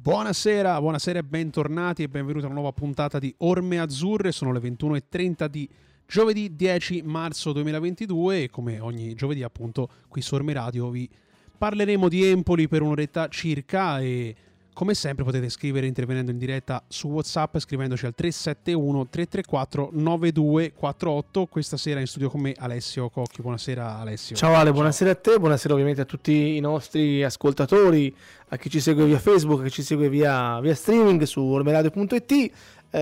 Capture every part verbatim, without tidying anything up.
Buonasera, buonasera e bentornati e benvenuti a una nuova puntata di Orme Azzurre. Sono le ventuno e trenta di giovedì dieci marzo duemilaventidue e come ogni giovedì appunto qui su Orme Radio vi parleremo di Empoli per un'oretta circa e come sempre potete scrivere intervenendo in diretta su WhatsApp scrivendoci al tre sette uno tre tre quattro nove due quattro otto. Questa sera in studio con me Alessio Cocchi. Buonasera Alessio. Ciao Ale, buonasera a te, buonasera ovviamente a tutti i nostri ascoltatori, a chi ci segue via Facebook, a chi ci segue via, via streaming su ormeradio punto it.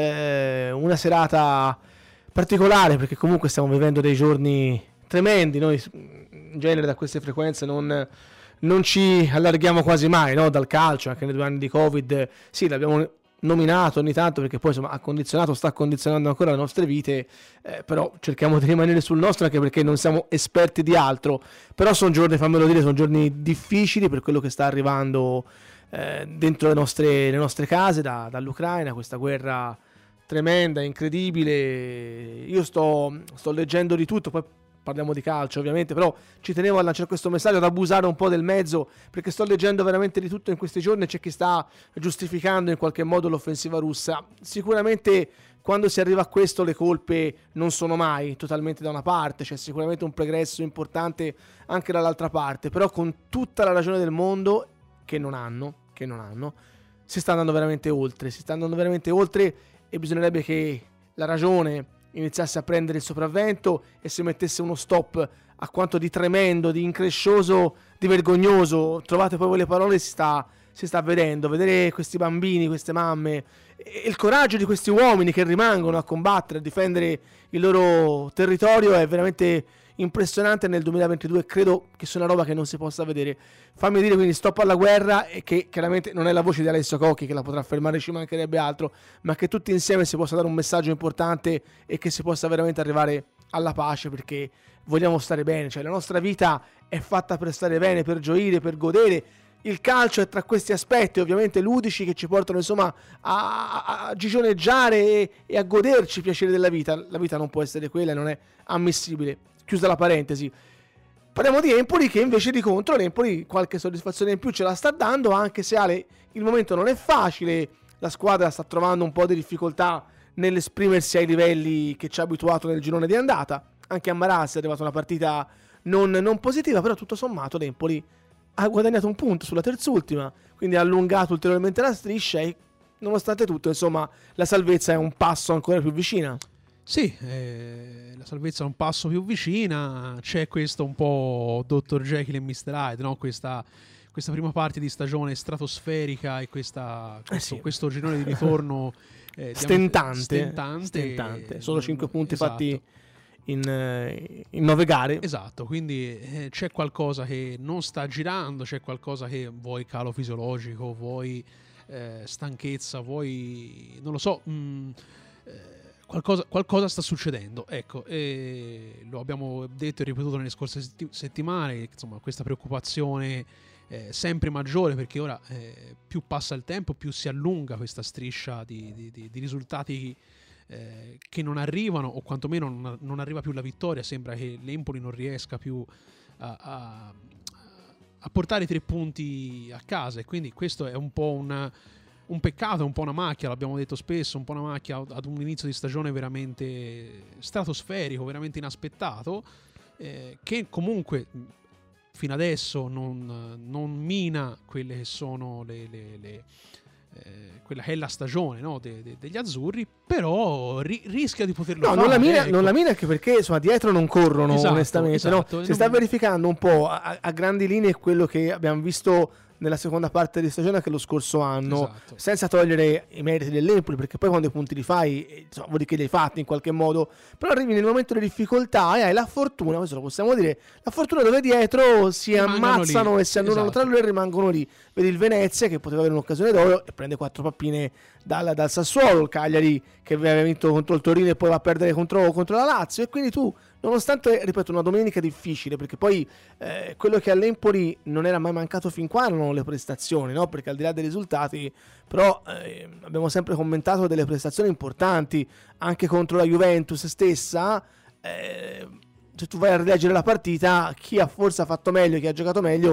Eh, una serata particolare perché comunque stiamo vivendo dei giorni tremendi. Noi in genere da queste frequenze non... non ci allarghiamo quasi mai, no? Dal calcio, anche nei due anni di Covid, sì, l'abbiamo nominato ogni tanto perché poi insomma ha condizionato, sta condizionando ancora le nostre vite, eh, però cerchiamo di rimanere sul nostro anche perché non siamo esperti di altro. Però sono giorni, fammelo dire, sono giorni difficili per quello che sta arrivando eh, dentro le nostre, le nostre case da, dall'Ucraina, questa guerra tremenda, incredibile. Io sto, sto leggendo di tutto, poi parliamo di calcio ovviamente, però ci tenevo a lanciare questo messaggio, ad abusare un po' del mezzo, perché sto leggendo veramente di tutto in questi giorni. C'è chi sta giustificando in qualche modo l'offensiva russa. Sicuramente quando si arriva a questo le colpe non sono mai totalmente da una parte, c'è sicuramente un pregresso importante anche dall'altra parte, però con tutta la ragione del mondo che non hanno, che non hanno, si sta andando veramente oltre, si sta andando veramente oltre e bisognerebbe che la ragione iniziasse a prendere il sopravvento e si mettesse uno stop a quanto di tremendo, di increscioso, di vergognoso, trovate poi voi le parole, si sta, si sta vedendo, vedere questi bambini, queste mamme e il coraggio di questi uomini che rimangono a combattere, a difendere il loro territorio è veramente impressionante nel duemilaventidue. Credo che sia una roba che non si possa vedere. Fammi dire quindi stop alla guerra, e che chiaramente non è la voce di Alessio Cocchi che la potrà fermare, ci mancherebbe altro, ma che tutti insieme si possa dare un messaggio importante e che si possa veramente arrivare alla pace, perché vogliamo stare bene, cioè la nostra vita è fatta per stare bene, per gioire, per godere. Il calcio è tra questi aspetti ovviamente ludici che ci portano insomma a, a, a gigioneggiare e, e a goderci i piaceri della vita. La vita non può essere quella, non è ammissibile. Chiusa la parentesi. Parliamo di Empoli, che invece di contro l'Empoli qualche soddisfazione in più ce la sta dando, anche se Ale, il momento non è facile, la squadra sta trovando un po' di difficoltà nell'esprimersi ai livelli che ci ha abituato nel girone di andata. Anche a Marassi è arrivata una partita non, non positiva, però tutto sommato l'Empoli ha guadagnato un punto sulla terzultima, quindi ha allungato ulteriormente la striscia e nonostante tutto insomma la salvezza è un passo ancora più vicina. Sì, eh, la salvezza è un passo più vicina, c'è questo un po' dottor Jekyll e mister Hyde, no? Questa, questa prima parte di stagione stratosferica e questa, questo, eh sì. questo girone di ritorno eh, stentante, stentante, stentante. Solo cinque punti esatto. fatti in, in nove gare. Esatto, quindi eh, c'è qualcosa che non sta girando, c'è qualcosa che vuoi calo fisiologico, vuoi eh, stanchezza, vuoi non lo so, mh, eh, Qualcosa, qualcosa sta succedendo, ecco, e lo abbiamo detto e ripetuto nelle scorse settimane, insomma questa preoccupazione è sempre maggiore perché ora eh, più passa il tempo più si allunga questa striscia di, di, di, di risultati eh, che non arrivano o quantomeno non, non arriva più la vittoria. Sembra che l'Empoli non riesca più a, a, a portare i tre punti a casa e quindi questo è un po' una... un peccato, un po' una macchia, l'abbiamo detto spesso, un po' una macchia ad un inizio di stagione veramente stratosferico, veramente inaspettato, eh, che comunque fino adesso non, non mina quelle che sono le, le, le eh, quella che è la stagione, no, de, de, degli azzurri, però ri, rischia di poterlo no, fare. Non la, mina, ecco. non la mina anche perché insomma dietro non corrono, esatto, onestamente, esatto. No? Si non... sta verificando un po' a, a grandi linee quello che abbiamo visto nella seconda parte di stagione anche lo scorso anno, esatto. Senza togliere i meriti dell'Empoli, perché poi quando i punti li fai, insomma, vuol dire che li hai fatti in qualche modo, però arrivi nel momento di difficoltà e hai la fortuna, questo lo possiamo dire, la fortuna dove dietro si rimangono ammazzano lì. E si annullano esatto. tra loro e rimangono lì. Vedi il Venezia che poteva avere un'occasione d'oro e prende quattro pappine dal, dal Sassuolo, il Cagliari che aveva vinto contro il Torino e poi va a perdere contro, contro la Lazio, e quindi tu, nonostante, ripeto, una domenica difficile, perché poi eh, quello che all'Empoli non era mai mancato fin qua erano le prestazioni, no? Perché al di là dei risultati, però eh, abbiamo sempre commentato delle prestazioni importanti anche contro la Juventus stessa. Eh, se tu vai a rileggere la partita, chi ha forse ha fatto meglio, chi ha giocato meglio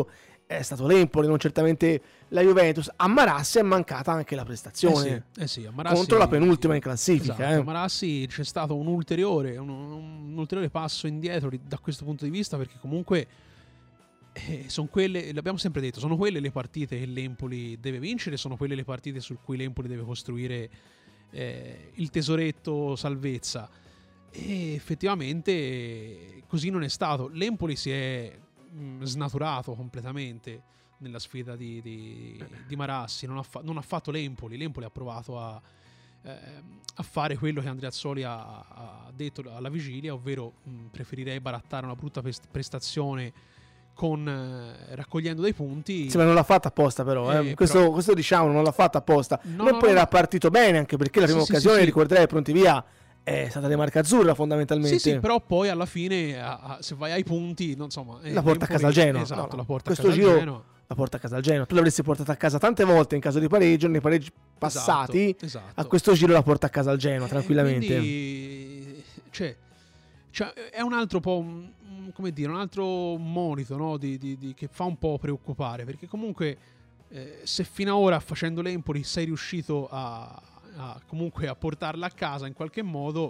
è stato l'Empoli, non certamente la Juventus. A Marassi è mancata anche la prestazione, eh sì, eh sì, a Marassi, contro la penultima in classifica. Esatto, eh. A Marassi c'è stato un ulteriore, un, un ulteriore passo indietro da questo punto di vista, perché comunque eh, sono quelle, l'abbiamo sempre detto, sono quelle le partite che l'Empoli deve vincere, sono quelle le partite su cui l'Empoli deve costruire eh, il tesoretto salvezza, e effettivamente così non è stato. L'Empoli si è mh, snaturato completamente nella sfida di, di, di Marassi, non ha, fa- non ha fatto l'Empoli, l'Empoli ha provato a, eh, a fare quello che Andreazzoli ha, ha detto alla vigilia, ovvero mh, preferirei barattare una brutta pest- prestazione con eh, raccogliendo dei punti. Sì, ma non l'ha fatta apposta però, eh. Eh, questo, però... questo diciamo non l'ha fatta apposta. No, non no, poi no, era no. partito bene, anche perché la prima Sì, sì, occasione, sì, sì. ricorderai, pronti via, è stata di marca azzurra fondamentalmente. Sì, sì, però poi alla fine a, a, se vai ai punti, non insomma, la porta a casa al Genoa. Esatto, no, la porta questo a casa giro al Genoa. la porta a casa al Genoa. Tu l'avresti portata a casa tante volte in caso di pareggio, nei pareggi passati. Esatto, esatto. A questo giro la porta a casa al Genoa Eh, tranquillamente. Quindi, cioè, cioè, è un altro po' un, come dire, un altro monito, no? di, di, di, che fa un po' preoccupare, perché comunque eh, se fino ad ora facendo l'Empoli sei riuscito a, a comunque a portarla a casa in qualche modo,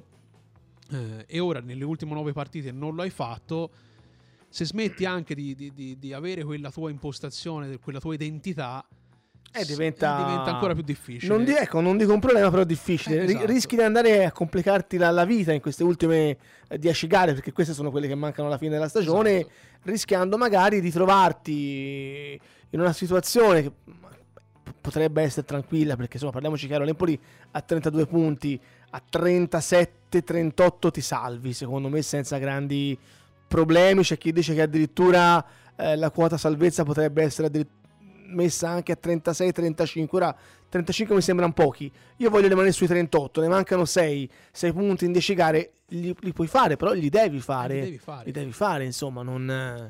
eh, e ora nelle ultime nove partite non lo hai fatto, se smetti anche di, di, di, di avere quella tua impostazione, quella tua identità, Eh, diventa... eh, diventa ancora più difficile. Non, di, ecco, non dico un problema, però difficile. Eh, esatto. Rischi di andare a complicarti la, la vita in queste ultime eh, dieci gare, perché queste sono quelle che mancano alla fine della stagione, Esatto. rischiando magari di trovarti in una situazione che potrebbe essere tranquilla, perché insomma, parliamoci chiaro, l'Empoli a trentadue punti, a trentasette trentotto ti salvi, secondo me, senza grandi problemi. C'è chi dice che addirittura eh, la quota salvezza potrebbe essere addirittura messa anche a trentasei trentacinque. Ora trentacinque mi sembrano pochi, io voglio rimanere sui trentotto, ne mancano sei punti in dieci gare, li, li puoi fare, però li devi fare, li devi fare, li devi fare insomma, non,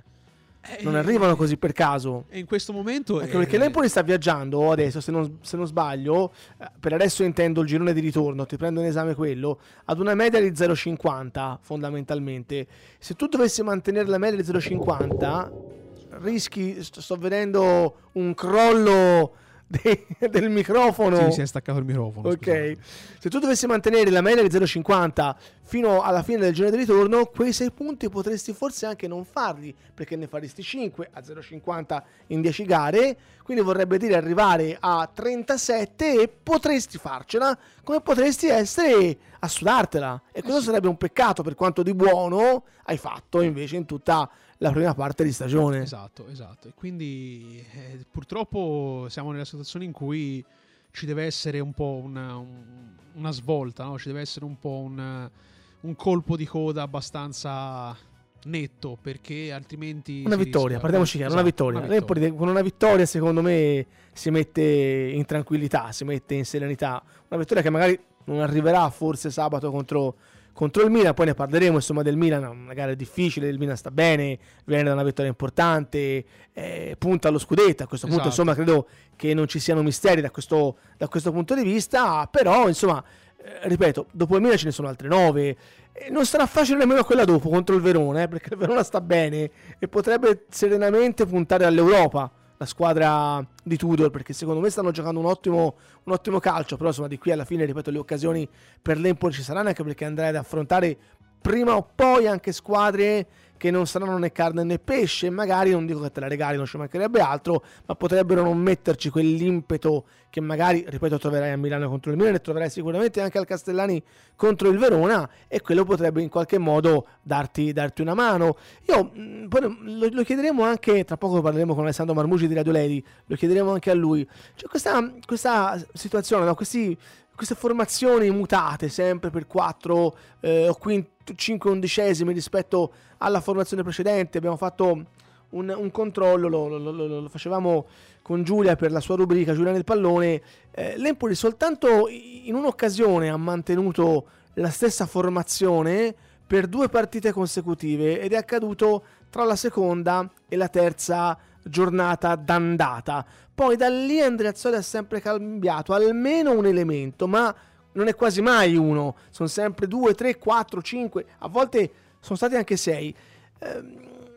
eh, non arrivano così per caso. E in questo momento anche eh, perché l'Empoli sta viaggiando adesso, se non, se non sbaglio, eh, per adesso intendo il girone di ritorno, ti prendo in esame quello, ad una media di zero virgola cinquanta fondamentalmente. Se tu dovessi mantenere la media di zero virgola cinquanta rischi, sto, sto vedendo un crollo de, del microfono. Sì, mi si è staccato il microfono. Ok, scusate. Se tu dovessi mantenere la media di zero virgola cinquanta fino alla fine del girone di ritorno, quei sei punti potresti forse anche non farli, perché ne faresti cinque a zero virgola cinquanta in dieci gare, quindi vorrebbe dire arrivare a trentasette e potresti farcela, come potresti essere a sudartela, e questo Eh sì. sarebbe un peccato per quanto di buono hai fatto invece in tutta la prima parte di stagione. Esatto, esatto. E quindi eh, purtroppo siamo nella situazione in cui ci deve essere un po' una, un, una svolta, no? Ci deve essere un po' un, un colpo di coda abbastanza netto, perché altrimenti Una si vittoria, rischia- parliamoci chiaro, esatto, una vittoria. una L'Empoli vittoria. con una vittoria secondo me si mette in tranquillità, si mette in serenità. Una vittoria che magari non arriverà forse sabato contro, contro il Milan, poi ne parleremo insomma del Milan, una gara difficile, il Milan sta bene, viene da una vittoria importante, eh, punta allo scudetto, a questo punto Esatto. insomma credo che non ci siano misteri da questo, da questo punto di vista, però insomma, eh, ripeto, dopo il Milan ce ne sono altre nove. E non sarà facile nemmeno quella dopo contro il Verona, eh, perché il Verona sta bene e potrebbe serenamente puntare all'Europa, la squadra di Tudor, perché secondo me stanno giocando un ottimo, un ottimo calcio. Però insomma di qui alla fine, ripeto, le occasioni per l'Empoli ci saranno, anche perché andrai ad affrontare prima o poi anche squadre che non saranno né carne né pesce, magari non dico che te la regali, non ci mancherebbe altro, ma potrebbero non metterci quell'impeto che magari, ripeto, troverai a Milano contro il Milan e troverai sicuramente anche al Castellani contro il Verona, e quello potrebbe in qualche modo darti, darti una mano. Io mh, poi lo, lo chiederemo anche, tra poco parleremo con Alessandro Marmugi di Radio Lady, lo chiederemo anche a lui. Cioè questa, questa situazione, no? Questi queste formazioni mutate sempre per quattro eh, o cinque undicesimi rispetto alla formazione precedente. Abbiamo fatto un, un controllo, lo, lo, lo, lo facevamo con Giulia per la sua rubrica Giulia nel pallone. eh, l'Empoli soltanto in un'occasione ha mantenuto la stessa formazione per due partite consecutive, ed è accaduto tra la seconda e la terza giornata d'andata. Poi da lì Andreazzoli ha sempre cambiato almeno un elemento, ma non è quasi mai uno, sono sempre due, tre, quattro, cinque, a volte sono stati anche sei. Ehm,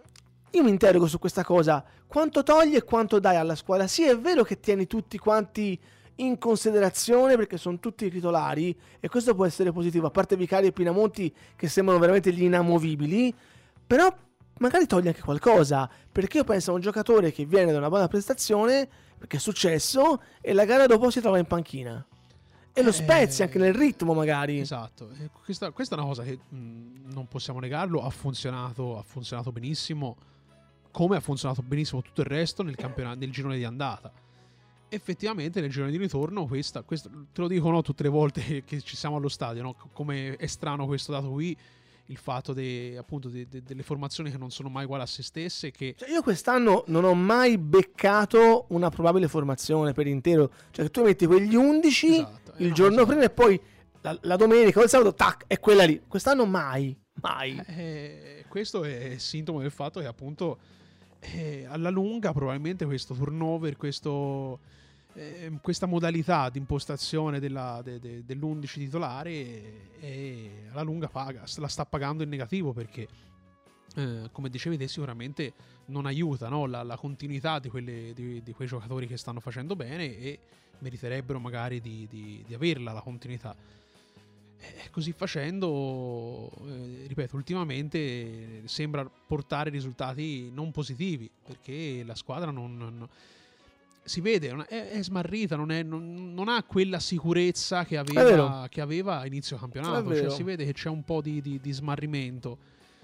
io mi interrogo su questa cosa, quanto togli e quanto dai alla squadra? Sì, è vero che tieni tutti quanti in considerazione perché sono tutti titolari e questo può essere positivo, a parte Vicario e Pinamonti che sembrano veramente gli inamovibili, però magari togli anche qualcosa, perché io penso a un giocatore che viene da una buona prestazione, perché è successo, e la gara dopo si trova in panchina. E lo spezzi Eh, anche nel ritmo magari. Esatto, e questa, questa è una cosa che mh, non possiamo negarlo, ha funzionato, ha funzionato benissimo, come ha funzionato benissimo tutto il resto nel, campionato, nel girone di andata. Effettivamente nel girone di ritorno, questa, questa te lo dico no, tutte le volte che, che ci siamo allo stadio, no? Come è strano questo dato qui, il fatto de, appunto de, de, delle formazioni che non sono mai uguali a se stesse, che Cioè, io quest'anno non ho mai beccato una probabile formazione per intero, cioè che tu metti quegli undici esatto, il giorno cosa... prima e poi la, la domenica o il sabato, tac, è quella lì. Quest'anno mai, mai. Eh, questo è sintomo del fatto che appunto eh, alla lunga probabilmente questo turnover, questo, eh, questa modalità di impostazione della, de, de, dell'undici titolare eh, alla lunga paga, la sta pagando in negativo perché eh, come dicevi te sicuramente non aiuta, no? la, la continuità di, quelle, di, di quei giocatori che stanno facendo bene e meriterebbero magari di, di, di averla la continuità. Eh, così facendo, eh, ripeto, ultimamente sembra portare risultati non positivi perché la squadra non, non si vede, non è, è smarrita, non, è, non, non ha quella sicurezza che aveva, che aveva a inizio campionato. Cioè, si vede che c'è un po' di, di, di smarrimento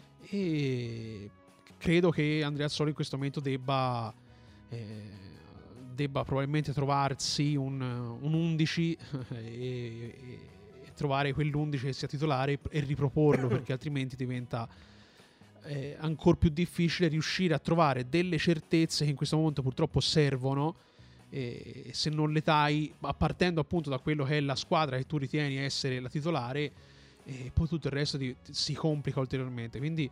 e credo che Andreazzoli in questo momento debba, eh, debba probabilmente trovarsi un, un undici e, e trovare quell'undici che sia titolare e riproporlo perché altrimenti diventa eh, ancora più difficile riuscire a trovare delle certezze che in questo momento purtroppo servono e se non le dai partendo appunto da quello che è la squadra che tu ritieni essere la titolare e poi tutto il resto ti, ti, si complica ulteriormente. Quindi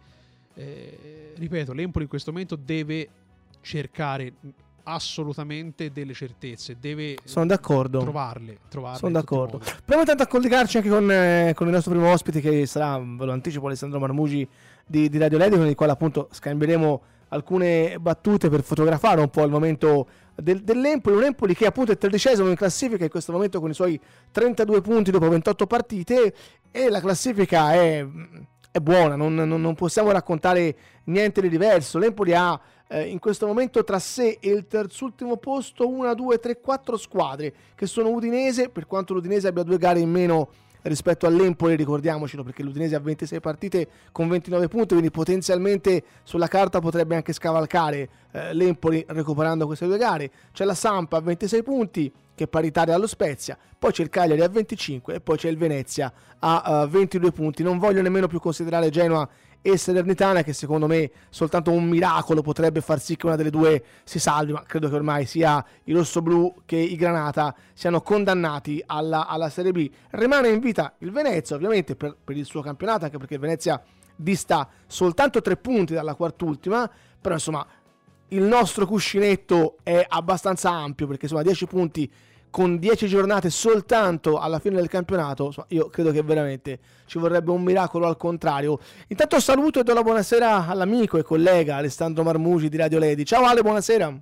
eh, ripeto, l'Empoli in questo momento deve cercare assolutamente delle certezze, deve sono d'accordo trovarle, trovarle sono d'accordo. Proviamo intanto a collegarci anche con, eh, con il nostro primo ospite che sarà, ve lo anticipo, Alessandro Marmugi di, di Radio Ledi, con il quale appunto scambieremo alcune battute per fotografare un po' il momento del, dell'Empoli, un Empoli che appunto è tredicesimo in classifica in questo momento con i suoi trentadue punti dopo ventotto partite e la classifica è, è buona, non, non, non possiamo raccontare niente di diverso. L'Empoli ha eh, in questo momento tra sé e il terzultimo posto una, due, tre, quattro squadre che sono Udinese, per quanto l'Udinese abbia due gare in meno rispetto all'Empoli, ricordiamocelo, perché l'Udinese ha ventisei partite con ventinove punti, quindi potenzialmente sulla carta potrebbe anche scavalcare eh, l'Empoli recuperando queste due gare. C'è la Samp a ventisei punti che è paritaria allo Spezia, poi c'è il Cagliari a venticinque e poi c'è il Venezia a uh, ventidue punti. Non voglio nemmeno più considerare Genoa e Salernitana, che secondo me soltanto un miracolo potrebbe far sì che una delle due si salvi, ma credo che ormai sia i rossoblù che i granata siano condannati alla, alla Serie B. Rimane in vita il Venezia ovviamente per, per il suo campionato, anche perché il Venezia dista soltanto tre punti dalla quart'ultima, però insomma il nostro cuscinetto è abbastanza ampio, perché insomma dieci punti con dieci giornate soltanto alla fine del campionato, insomma, io credo che veramente ci vorrebbe un miracolo al contrario. Intanto saluto e do la buonasera all'amico e collega Alessandro Marmugi di Radio Ledi. Ciao Ale, buonasera.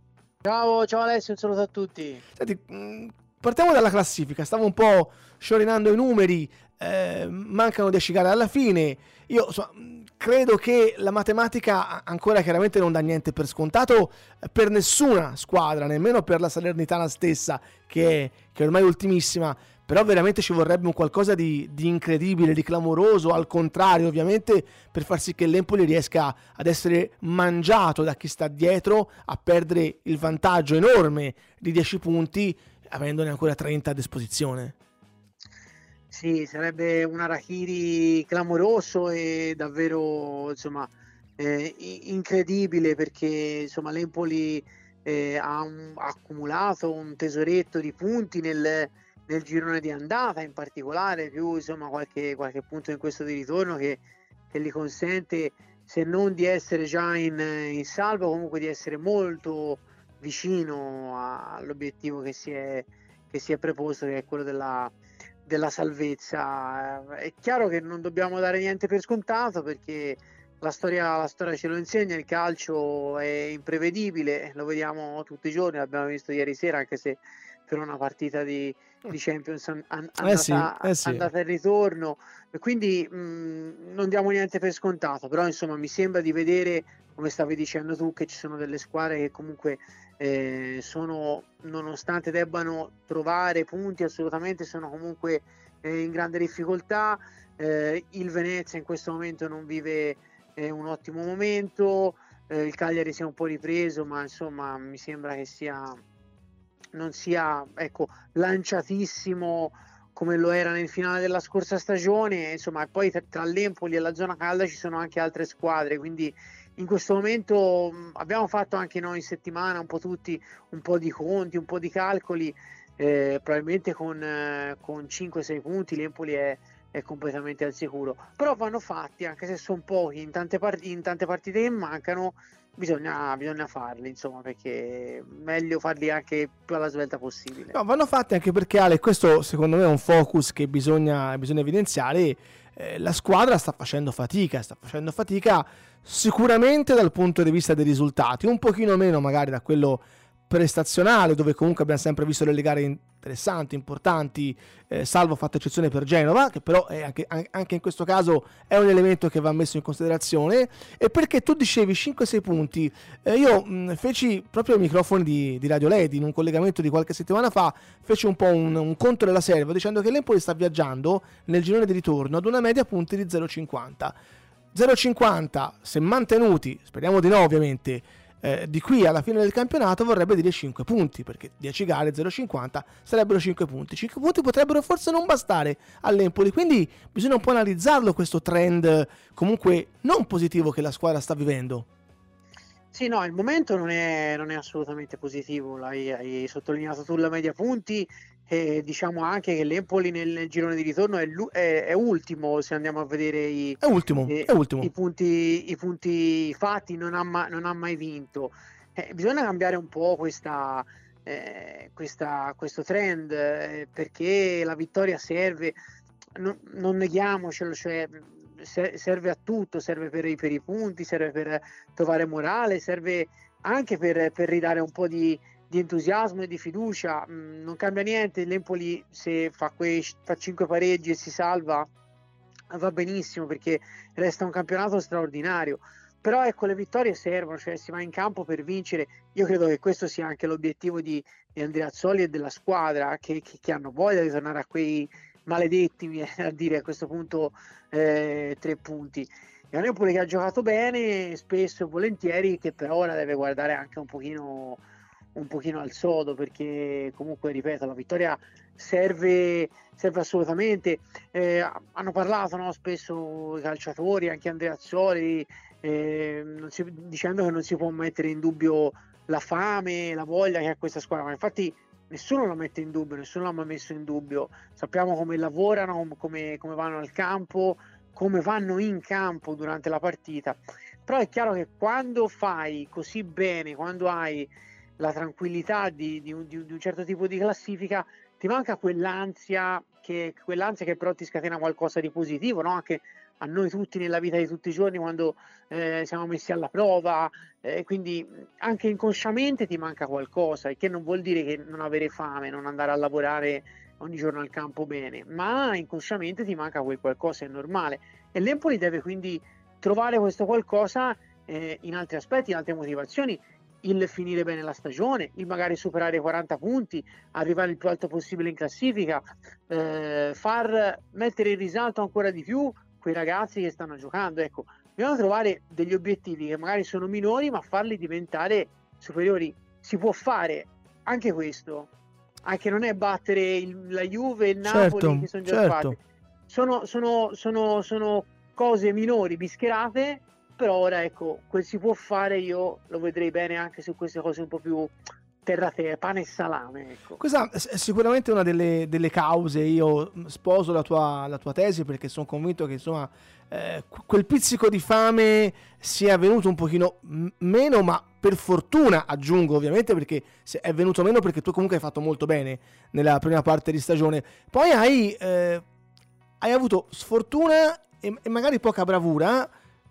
Ciao, ciao Alessio, un saluto a tutti. Senti, partiamo dalla classifica, stavo un po' sciorinando i numeri, eh, mancano dieci gare alla fine. Io insomma, credo che la matematica ancora chiaramente non dà niente per scontato per nessuna squadra, nemmeno per la Salernitana stessa, che è, che è ormai ultimissima, però veramente ci vorrebbe un qualcosa di, di incredibile, di clamoroso, al contrario ovviamente, per far sì che l'Empoli riesca ad essere mangiato da chi sta dietro, a perdere il vantaggio enorme di dieci punti, avendone ancora trenta a disposizione. Sì, sarebbe un Arachiri clamoroso e davvero insomma eh, incredibile, perché insomma l'Empoli eh, ha, un, ha accumulato un tesoretto di punti nel, nel girone di andata, in particolare più insomma qualche, qualche punto in questo di ritorno che, che gli consente, se non di essere già in, in salvo, comunque di essere molto vicino a, all'obiettivo che si è, che si è preposto, che è quello della della salvezza. È chiaro che non dobbiamo dare niente per scontato, perché la storia, la storia ce lo insegna, il calcio è imprevedibile, lo vediamo tutti i giorni, l'abbiamo visto ieri sera, anche se per una partita di, di Champions an, an, andata, eh sì, eh sì. andata e ritorno, e quindi mh, non diamo niente per scontato, però insomma mi sembra di vedere, come stavi dicendo tu, che ci sono delle squadre che comunque eh, sono, nonostante debbano trovare punti, assolutamente sono comunque eh, in grande difficoltà. Eh, il Venezia in questo momento non vive eh, un ottimo momento, eh, il Cagliari si è un po' ripreso, ma insomma mi sembra che sia non sia ecco lanciatissimo come lo era nel finale della scorsa stagione, insomma. E poi tra, tra l'Empoli e la zona calda ci sono anche altre squadre, quindi in questo momento mh, abbiamo fatto anche noi in settimana un po' tutti un po' di conti, un po' di calcoli, eh, probabilmente con, eh, con cinque sei punti l'Empoli è è completamente al sicuro, però vanno fatti, anche se sono pochi in tante, part- in tante partite che mancano, bisogna, bisogna farli, insomma, perché è meglio farli anche più alla svelta possibile. No, vanno fatti anche perché, Ale, questo secondo me è un focus che bisogna, bisogna evidenziare. Eh, la squadra sta facendo fatica, sta facendo fatica sicuramente dal punto di vista dei risultati, un pochino meno magari da quello prestazionale, dove comunque abbiamo sempre visto delle gare interessanti, importanti, eh, salvo fatta eccezione per Genova, che però è anche, anche in questo caso è un elemento che va messo in considerazione. E perché tu dicevi cinque sei punti, eh, io mh, feci proprio ai microfoni di, di Radio Lady, in un collegamento di qualche settimana fa, feci un po' un, un conto della serva, dicendo che l'Empoli sta viaggiando nel girone di ritorno ad una media punti di zero virgola cinquanta. zero virgola cinquanta, se mantenuti, speriamo di no ovviamente, Eh, di qui alla fine del campionato vorrebbe dire cinque punti, perché dieci gare zero virgola cinquanta sarebbero cinque punti. cinque punti potrebbero forse non bastare all'Empoli, quindi bisogna un po' analizzarlo questo trend comunque non positivo che la squadra sta vivendo. Sì, no, il momento non è, non è assolutamente positivo, l'hai hai sottolineato tu la media punti, e diciamo anche che l'Empoli nel, nel girone di ritorno è, è, è ultimo, se andiamo a vedere i, è ultimo, eh, è ultimo. i, punti, i punti fatti, non ha, ma, non ha mai vinto. Eh, bisogna cambiare un po' questa, eh, questa, questo trend, eh, perché la vittoria serve, non, non neghiamocelo, cioè serve a tutto, serve per i, per i punti, serve per trovare morale, serve anche per, per ridare un po' di, di entusiasmo e di fiducia. Non cambia niente, l'Empoli se fa, quei, fa cinque pareggi e si salva va benissimo, perché resta un campionato straordinario, però ecco, le vittorie servono, cioè si va in campo per vincere. Io credo che questo sia anche l'obiettivo di, di Andrea Azzoli e della squadra, che, che, che hanno voglia di tornare a quei maledetti, mi viene a dire a questo punto, eh, tre punti. È un Empoli che ha giocato bene spesso e volentieri, che però ora deve guardare anche un pochino un pochino al sodo, perché comunque, ripeto, la vittoria serve, serve assolutamente. Eh, hanno parlato, no, spesso i calciatori, anche Andrea Azzoli, eh, non si, dicendo che non si può mettere in dubbio la fame, la voglia che ha questa squadra, ma infatti nessuno la mette in dubbio, nessuno l'ha mai messo in dubbio. Sappiamo come lavorano, come, come vanno al campo, come vanno in campo durante la partita. Però è chiaro che quando fai così bene, quando hai la tranquillità di, di, un, di un certo tipo di classifica, ti manca quell'ansia che, quell'ansia che però ti scatena qualcosa di positivo, no? Anche a noi tutti nella vita di tutti i giorni, quando eh, siamo messi alla prova, eh, quindi anche inconsciamente ti manca qualcosa, il che non vuol dire che non avere fame, non andare a lavorare ogni giorno al campo bene, ma inconsciamente ti manca quel qualcosa, è normale, e l'Empoli deve quindi trovare questo qualcosa eh, in altri aspetti, in altre motivazioni, il finire bene la stagione, il magari superare i quaranta punti, arrivare il più alto possibile in classifica, eh, far mettere in risalto ancora di più quei ragazzi che stanno giocando. Ecco, bisogna trovare degli obiettivi che magari sono minori, ma farli diventare superiori. Si può fare anche questo, anche non è battere il, la Juve e il Napoli, certo, che sono già certo. fatte. Sono, sono, sono, sono cose minori, bischerate, però ora ecco, quel si può fare, io lo vedrei bene anche su queste cose un po' più terra terra, pane e salame, ecco. Questa è sicuramente una delle, delle cause. Io sposo la tua, la tua tesi, perché sono convinto che insomma eh, quel pizzico di fame sia venuto un pochino m- meno, ma per fortuna, aggiungo ovviamente, perché se è venuto meno perché tu comunque hai fatto molto bene nella prima parte di stagione, poi hai, eh, hai avuto sfortuna e, e magari poca bravura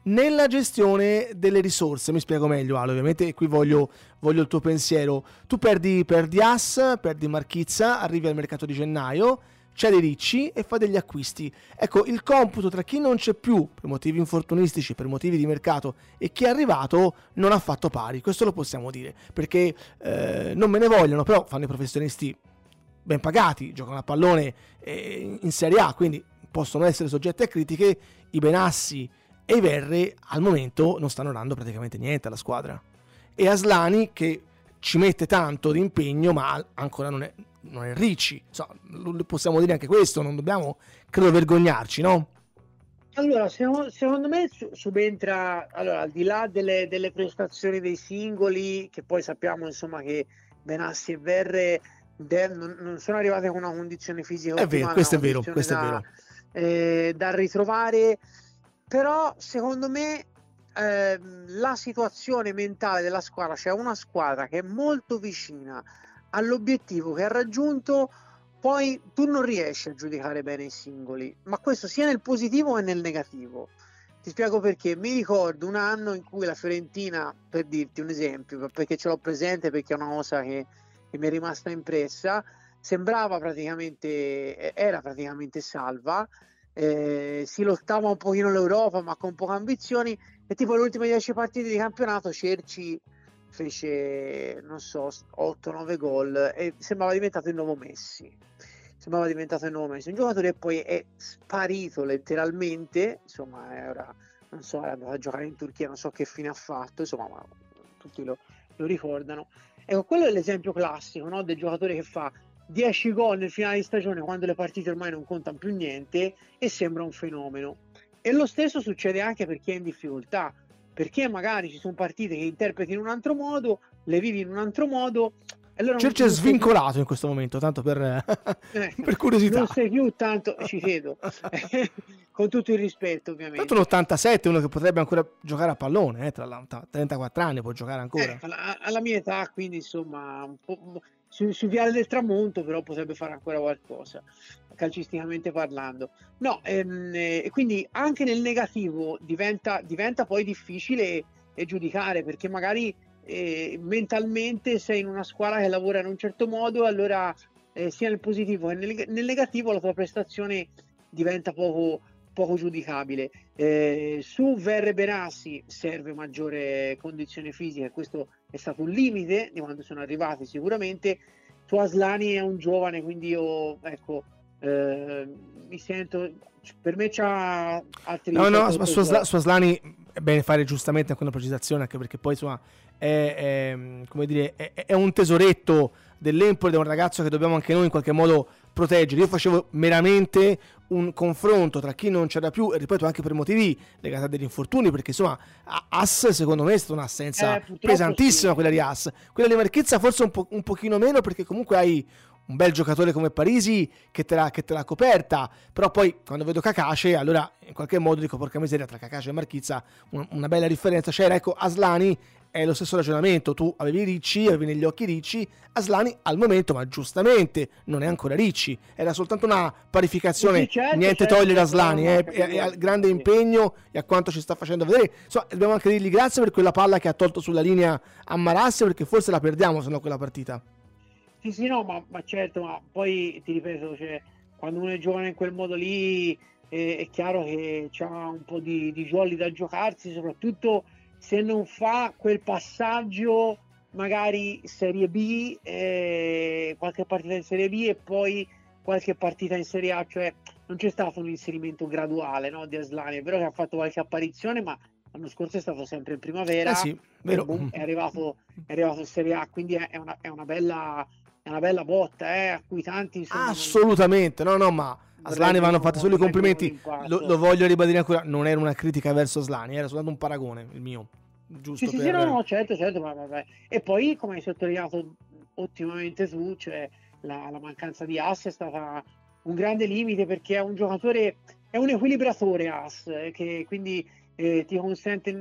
nella gestione delle risorse. Mi spiego meglio, Ale, ovviamente qui voglio, voglio il tuo pensiero. Tu perdi, perdi Haas, perdi Marchizza, arrivi al mercato di gennaio, c'è dei Ricci e fa degli acquisti. Ecco, il computo tra chi non c'è più per motivi infortunistici, per motivi di mercato, e chi è arrivato non ha fatto pari, questo lo possiamo dire, perché eh, non me ne vogliono, però fanno i professionisti ben pagati, giocano a pallone eh, in Serie A, quindi possono essere soggetti a critiche. I Benassi e i Verre al momento non stanno dando praticamente niente alla squadra, e Aslani che ci mette tanto di impegno ma ancora non è, non è Ricci, insomma, possiamo dire anche questo, non dobbiamo credo vergognarci, no? Allora, secondo, secondo me subentra, allora, al di là delle, delle prestazioni dei singoli, che poi sappiamo insomma che Benassi e Verre de, non, non sono arrivate con una condizione fisica è vero, questo è vero, questo da, è vero. Eh, da ritrovare, però secondo me eh, la situazione mentale della squadra, cioè una squadra che è molto vicina all'obiettivo che ha raggiunto, poi tu non riesci a giudicare bene i singoli, ma questo sia nel positivo che nel negativo. Ti spiego perché. Mi ricordo un anno in cui la Fiorentina, per dirti un esempio, perché ce l'ho presente, perché è una cosa che, che mi è rimasta impressa, sembrava praticamente, era praticamente salva, eh, si lottava un pochino l'Europa ma con poche ambizioni, e tipo le ultime dieci partite di campionato Cerci fece, non so, otto nove gol e sembrava diventato il nuovo Messi. Sembrava diventato il nuovo Messi, un giocatore che poi è sparito letteralmente, insomma, era, non so, era andato a giocare in Turchia, non so che fine ha fatto, insomma, ma tutti lo, lo ricordano. Ecco, quello è l'esempio classico, no, del giocatore che fa dieci gol nel finale di stagione quando le partite ormai non contano più niente e sembra un fenomeno. E lo stesso succede anche per chi è in difficoltà, perché magari ci sono partite che interpreti in un altro modo, le vivi in un altro modo. Allora Cerci è svincolato più in questo momento, tanto per, eh, per curiosità. Non sei più tanto, ci credo, con tutto il rispetto ovviamente. Tanto un ottantasette, uno che potrebbe ancora giocare a pallone, eh, tra l'altro, trentaquattro anni può giocare ancora. Eh, alla, alla mia età, quindi insomma, un po', su, su Viale del Tramonto però potrebbe fare ancora qualcosa, calcisticamente parlando. No, ehm, e quindi anche nel negativo diventa, diventa poi difficile eh, giudicare, perché magari eh, mentalmente sei in una squadra che lavora in un certo modo, allora eh, sia nel positivo che nel, nel negativo la tua prestazione diventa poco, poco giudicabile. Eh, su Verre Benassi serve maggiore condizione fisica, e questo è stato un limite di quando sono arrivati sicuramente. Su Aslani è un giovane, quindi io ecco eh, mi sento, per me c'ha altri no no su, su, su Aslani è bene fare giustamente anche una precisazione, anche perché poi insomma è, è, come dire, è, è un tesoretto dell'Empoli, è un ragazzo che dobbiamo anche noi in qualche modo proteggere. Io facevo meramente un confronto tra chi non c'era più, e ripeto anche per motivi legati a degli infortuni, perché insomma Haas secondo me è stata un'assenza eh, pesantissima, sì. Quella di Haas, quella di Marchizza forse un, po- un pochino meno, perché comunque hai un bel giocatore come Parisi che te, l'ha, che te l'ha coperta, però poi quando vedo Kakashi allora in qualche modo dico porca miseria, tra Kakashi e Marchizza una, una bella differenza c'era. Ecco, Aslani è lo stesso ragionamento, tu avevi Ricci, avevi negli occhi Ricci, Aslani al momento, ma giustamente non è ancora Ricci, era soltanto una parificazione, sì, certo, niente certo, togliere Aslani, eh, e, e al grande impegno e a quanto ci sta facendo vedere. Insomma, dobbiamo anche dirgli grazie per quella palla che ha tolto sulla linea a Marassi, perché forse la perdiamo se no quella partita. Sì, sì, no, ma, ma certo, ma poi ti ripeto, cioè, quando uno è giovane in quel modo lì eh, è chiaro che c'ha un po' di, di jolly da giocarsi, soprattutto se non fa quel passaggio magari Serie B, eh, qualche partita in Serie B e poi qualche partita in Serie A, cioè non c'è stato un inserimento graduale, no, di Aslani. È vero che ha fatto qualche apparizione, ma l'anno scorso è stato sempre in primavera, eh sì, vero. Boom, è, arrivato, è arrivato in Serie A, quindi è una, è una bella è una bella botta, eh, a cui tanti insomma, assolutamente, non... no no ma Aslani vanno fatti solo i complimenti, lo, lo voglio ribadire ancora, non era una critica verso Aslani, era soltanto un paragone il mio, giusto sì, per... sì, no, no, certo, certo, ma vabbè. E poi come hai sottolineato ottimamente tu, cioè la, la mancanza di Haas è stata un grande limite, perché è un giocatore, è un equilibratore Haas, eh, che quindi eh, ti consente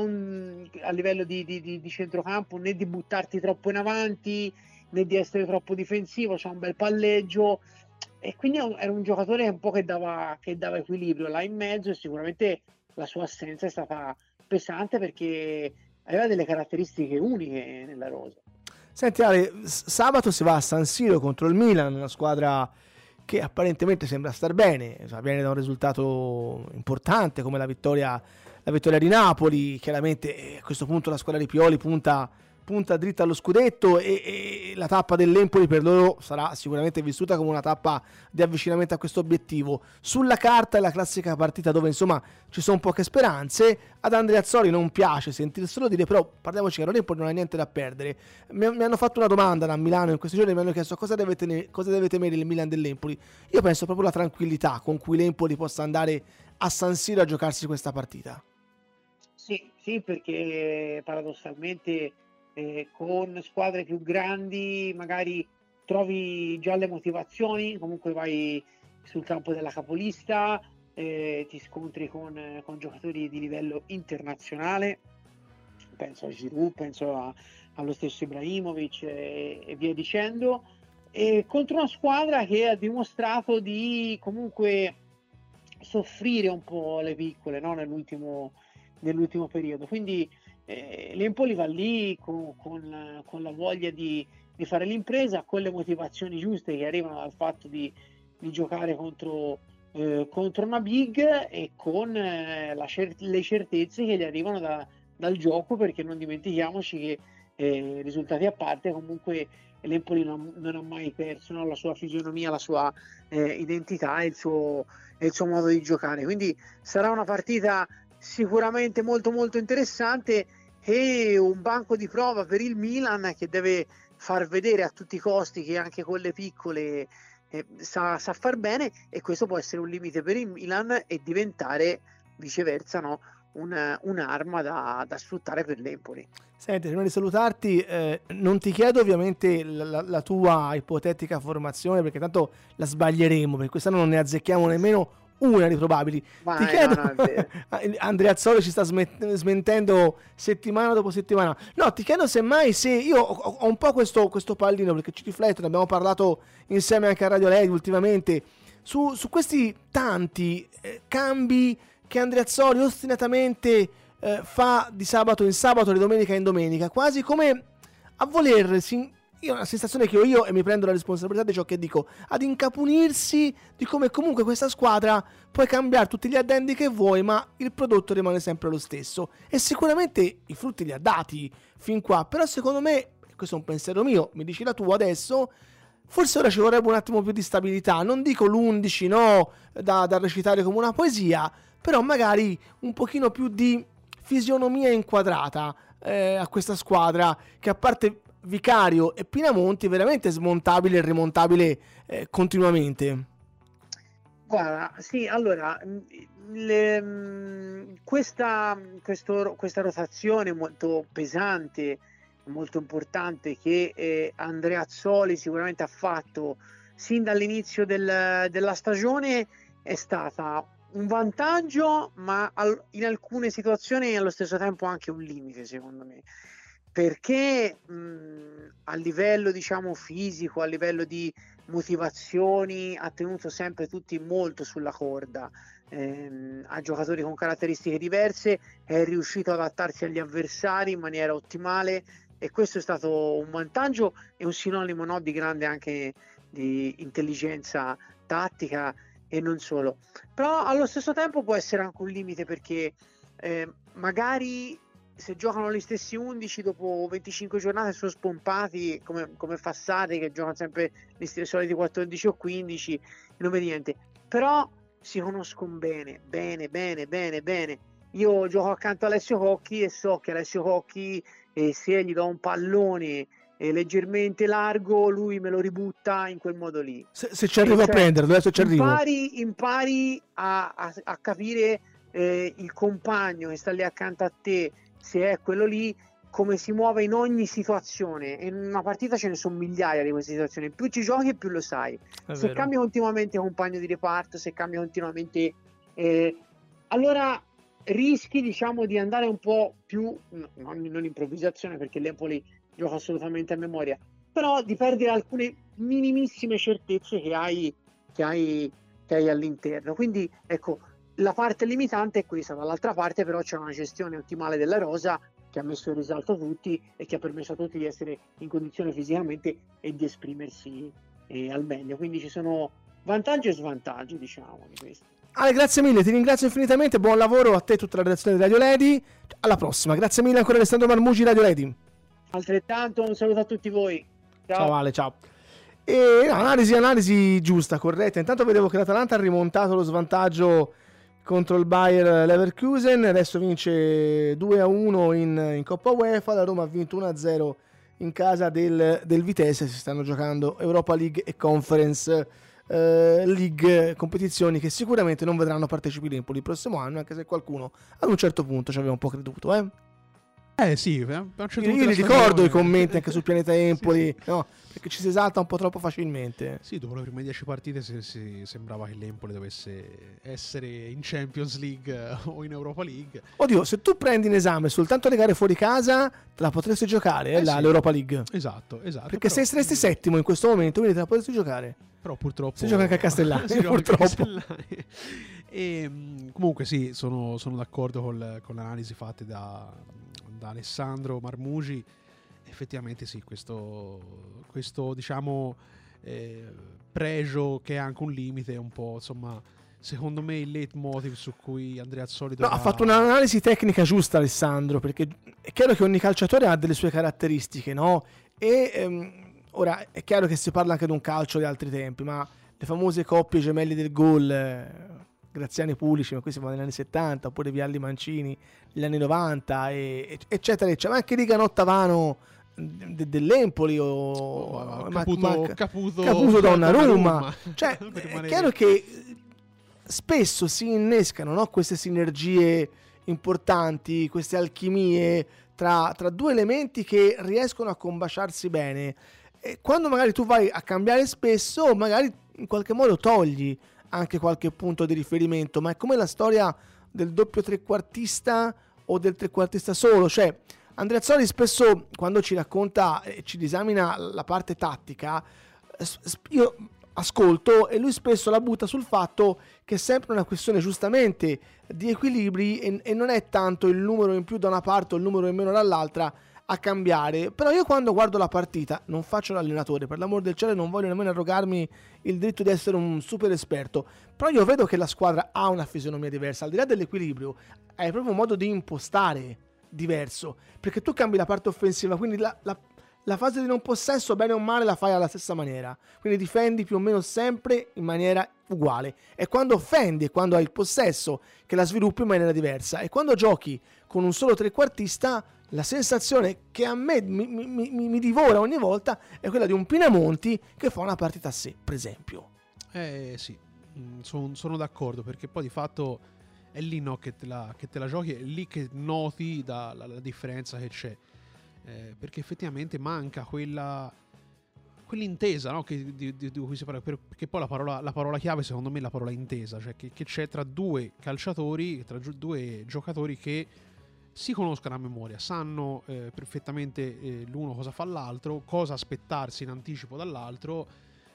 non a livello di, di, di, di centrocampo né di buttarti troppo in avanti né di essere troppo difensivo, c'ha un bel palleggio, e quindi era un giocatore un po' che dava, che dava equilibrio là in mezzo, e sicuramente la sua assenza è stata pesante, perché aveva delle caratteristiche uniche nella rosa. Senti Ale, sabato si va a San Siro contro il Milan, una squadra che apparentemente sembra star bene, viene da un risultato importante come la vittoria, la vittoria di Napoli. Chiaramente a questo punto la squadra di Pioli punta, punta dritta allo scudetto, e, e la tappa dell'Empoli per loro sarà sicuramente vissuta come una tappa di avvicinamento a questo obiettivo. Sulla carta è la classica partita dove insomma ci sono poche speranze. Ad Andreazzoli non piace sentirselo dire, però parliamoci che l'Empoli non ha niente da perdere. Mi, mi hanno fatto una domanda da Milano in questi giorni, mi hanno chiesto cosa deve, tenere, cosa deve temere il Milan dell'Empoli. Io penso proprio la tranquillità con cui l'Empoli possa andare a San Siro a giocarsi questa partita. Sì, sì, perché paradossalmente Eh, con squadre più grandi magari trovi già le motivazioni, comunque vai sul campo della capolista, eh, ti scontri con, con giocatori di livello internazionale, penso a Giroud, penso a, allo stesso Ibrahimovic e, e via dicendo, e contro una squadra che ha dimostrato di comunque soffrire un po' le piccole, no? nell'ultimo, nell'ultimo periodo, quindi Eh, l'Empoli va lì con, con, con la voglia di, di fare l'impresa, con le motivazioni giuste che arrivano dal fatto di, di giocare contro, eh, contro una big, e con eh, la cer- le certezze che gli arrivano da, dal gioco, perché non dimentichiamoci che eh, risultati a parte comunque l'Empoli non, non ha mai perso, no? la sua fisionomia, la sua eh, identità e il suo, e il suo modo di giocare, quindi sarà una partita sicuramente molto molto interessante, e un banco di prova per il Milan, che deve far vedere a tutti i costi che anche con le piccole eh, sa, sa far bene, e questo può essere un limite per il Milan e diventare viceversa, no? Un, un'arma da, da sfruttare per l'Empoli. Senti, prima di salutarti, eh, non ti chiedo ovviamente la, la tua ipotetica formazione, perché tanto la sbaglieremo, perché quest'anno non ne azzecchiamo nemmeno una di probabili. Vai, ti chiedo, no, no, Andreazzoli ci sta smet- smentendo settimana dopo settimana. No, ti chiedo semmai se io ho, ho un po' questo, questo pallino, perché ci rifletto, ne abbiamo parlato insieme anche a Radio Lady ultimamente, su, su questi tanti eh, cambi che Andreazzoli ostinatamente eh, fa di sabato in sabato, di domenica in domenica, quasi come a voler sin- io ho una sensazione che ho io, e mi prendo la responsabilità di ciò che dico, ad incapunirsi di come comunque questa squadra puoi cambiare tutti gli addendi che vuoi, ma il prodotto rimane sempre lo stesso. E sicuramente i frutti li ha dati fin qua, però secondo me, questo è un pensiero mio, mi dici la tua adesso, forse ora ci vorrebbe un attimo più di stabilità. Non dico l'undici, no, da, da recitare come una poesia, però magari un pochino più di fisionomia inquadrata eh, a questa squadra, che a parte Vicario e Pinamonti veramente smontabile e rimontabile eh, continuamente. Guarda, sì, allora le, questa, questo, questa rotazione molto pesante, molto importante, che eh, Andreazzoli sicuramente ha fatto sin dall'inizio del, della stagione, è stata un vantaggio, ma al, in alcune situazioni allo stesso tempo anche un limite, secondo me, perché mh, a livello diciamo fisico, a livello di motivazioni, ha tenuto sempre tutti molto sulla corda, ehm, a giocatori con caratteristiche diverse, è riuscito ad adattarsi agli avversari in maniera ottimale, e questo è stato un vantaggio e un sinonimo, no, di grande anche di intelligenza tattica e non solo. Però allo stesso tempo può essere anche un limite, perché eh, magari se giocano gli stessi undici dopo venticinque giornate sono spompati, come, come Fassari che gioca sempre gli stessi soliti quattordici o quindici, non vedi niente, però si conoscono bene, bene, bene, bene, bene. Io gioco accanto a Alessio Cocchi e so che Alessio Cocchi, eh, se gli do un pallone eh, leggermente largo, lui me lo ributta in quel modo lì. Se, se ci arrivo cioè, a prenderlo, adesso ci arrivo. Impari, impari a, a, a capire eh, il compagno che sta lì accanto a te, se è quello lì, come si muove in ogni situazione. E in una partita ce ne sono migliaia di queste situazioni, più ci giochi e più lo sai. È se vero. Cambia continuamente compagno di reparto, se cambia continuamente eh, allora rischi diciamo di andare un po' più no, non improvvisazione, perché l'Empoli gioca assolutamente a memoria, però di perdere alcune minimissime certezze che hai che hai, che hai all'interno. Quindi ecco, la parte limitante è questa, dall'altra parte però c'è una gestione ottimale della rosa che ha messo in risalto tutti e che ha permesso a tutti di essere in condizione fisicamente e di esprimersi eh, al meglio, quindi ci sono vantaggi e svantaggi, diciamo, di questo. Ale, grazie mille, ti ringrazio infinitamente, buon lavoro a te e tutta la redazione di Radio Lady, alla prossima, grazie mille ancora Alessandro Marmugi, Radio Lady. Altrettanto, un saluto a tutti voi. Ciao, ciao Ale, ciao. E no, analisi, analisi giusta, corretta. Intanto vedevo che l'Atalanta ha rimontato lo svantaggio contro il Bayer Leverkusen, adesso vince due a uno in, in Coppa UEFA, la Roma ha vinto uno a zero in casa del, del Vitesse, si stanno giocando Europa League e Conference eh, League, competizioni che sicuramente non vedranno partecipi l'Empoli il prossimo anno, anche se qualcuno ad un certo punto ci aveva un po' creduto, eh? Eh sì, a un certo io, io li ricordo i commenti anche sul pianeta Empoli, sì, sì. No, perché ci si esalta un po' troppo facilmente. Sì, dopo le prime dieci partite si, si sembrava che l'Empoli dovesse essere in Champions League o in Europa League. Oddio, se tu prendi in esame soltanto le gare fuori casa, te la potresti giocare eh, eh là, sì. l'Europa League. Esatto, esatto. Perché però, se saresti settimo in questo momento, quindi te la potresti giocare. Però purtroppo si gioca anche a Castellani, si purtroppo. Anche a Castellani. E comunque sì, sono, sono d'accordo col, con l'analisi fatta da, da Alessandro Marmugi. Effettivamente sì, questo, questo diciamo eh, pregio che è anche un limite, un po', insomma, secondo me il leitmotiv su cui Andrea Azzoli dovrà... No, ha fatto un'analisi tecnica giusta Alessandro, perché è chiaro che ogni calciatore ha delle sue caratteristiche, no? E ehm, ora è chiaro che si parla anche di un calcio di altri tempi, ma le famose coppie gemelli del gol, eh, Graziani Pulici, ma qui siamo negli anni settanta, oppure Vialli Mancini negli anni novanta, e, eccetera, eccetera, ma anche Riga Nottavano de, dell'Empoli o oh, Caputo, ma, ma, Caputo, Caputo Donnarumma. Cioè, è chiaro che spesso si innescano, no, queste sinergie importanti, queste alchimie tra, tra due elementi che riescono a combaciarsi bene. E quando magari tu vai a cambiare spesso, magari in qualche modo togli anche qualche punto di riferimento, ma è come la storia del doppio trequartista o del trequartista solo. Cioè, Andrea Azzoli spesso, quando ci racconta e ci disamina la parte tattica, io ascolto e lui spesso la butta sul fatto che è sempre una questione giustamente di equilibri e, e non è tanto il numero in più da una parte o il numero in meno dall'altra a cambiare. Però io quando guardo la partita non faccio l'allenatore, per l'amor del cielo non voglio nemmeno arrogarmi il diritto di essere un super esperto, però io vedo che la squadra ha una fisionomia diversa, al di là dell'equilibrio è proprio un modo di impostare diverso, perché tu cambi la parte offensiva, quindi la, la, la fase di non possesso bene o male la fai alla stessa maniera, quindi difendi più o meno sempre in maniera uguale, e quando offendi e quando hai il possesso che la sviluppi in maniera diversa, e quando giochi con un solo trequartista la sensazione che a me mi, mi, mi, mi divora ogni volta è quella di un Pinamonti che fa una partita a sé, per esempio. Eh sì, sono, sono d'accordo, perché poi di fatto è lì, no, che te la, che te la giochi, è lì che noti da, la, la differenza che c'è, eh, perché effettivamente manca quella quell'intesa, no, che, di, di, di cui si parla, perché poi la parola, la parola chiave secondo me è la parola intesa, cioè che, che c'è tra due calciatori, tra due giocatori che si conoscono a memoria, sanno eh, perfettamente eh, l'uno cosa fa l'altro, cosa aspettarsi in anticipo dall'altro,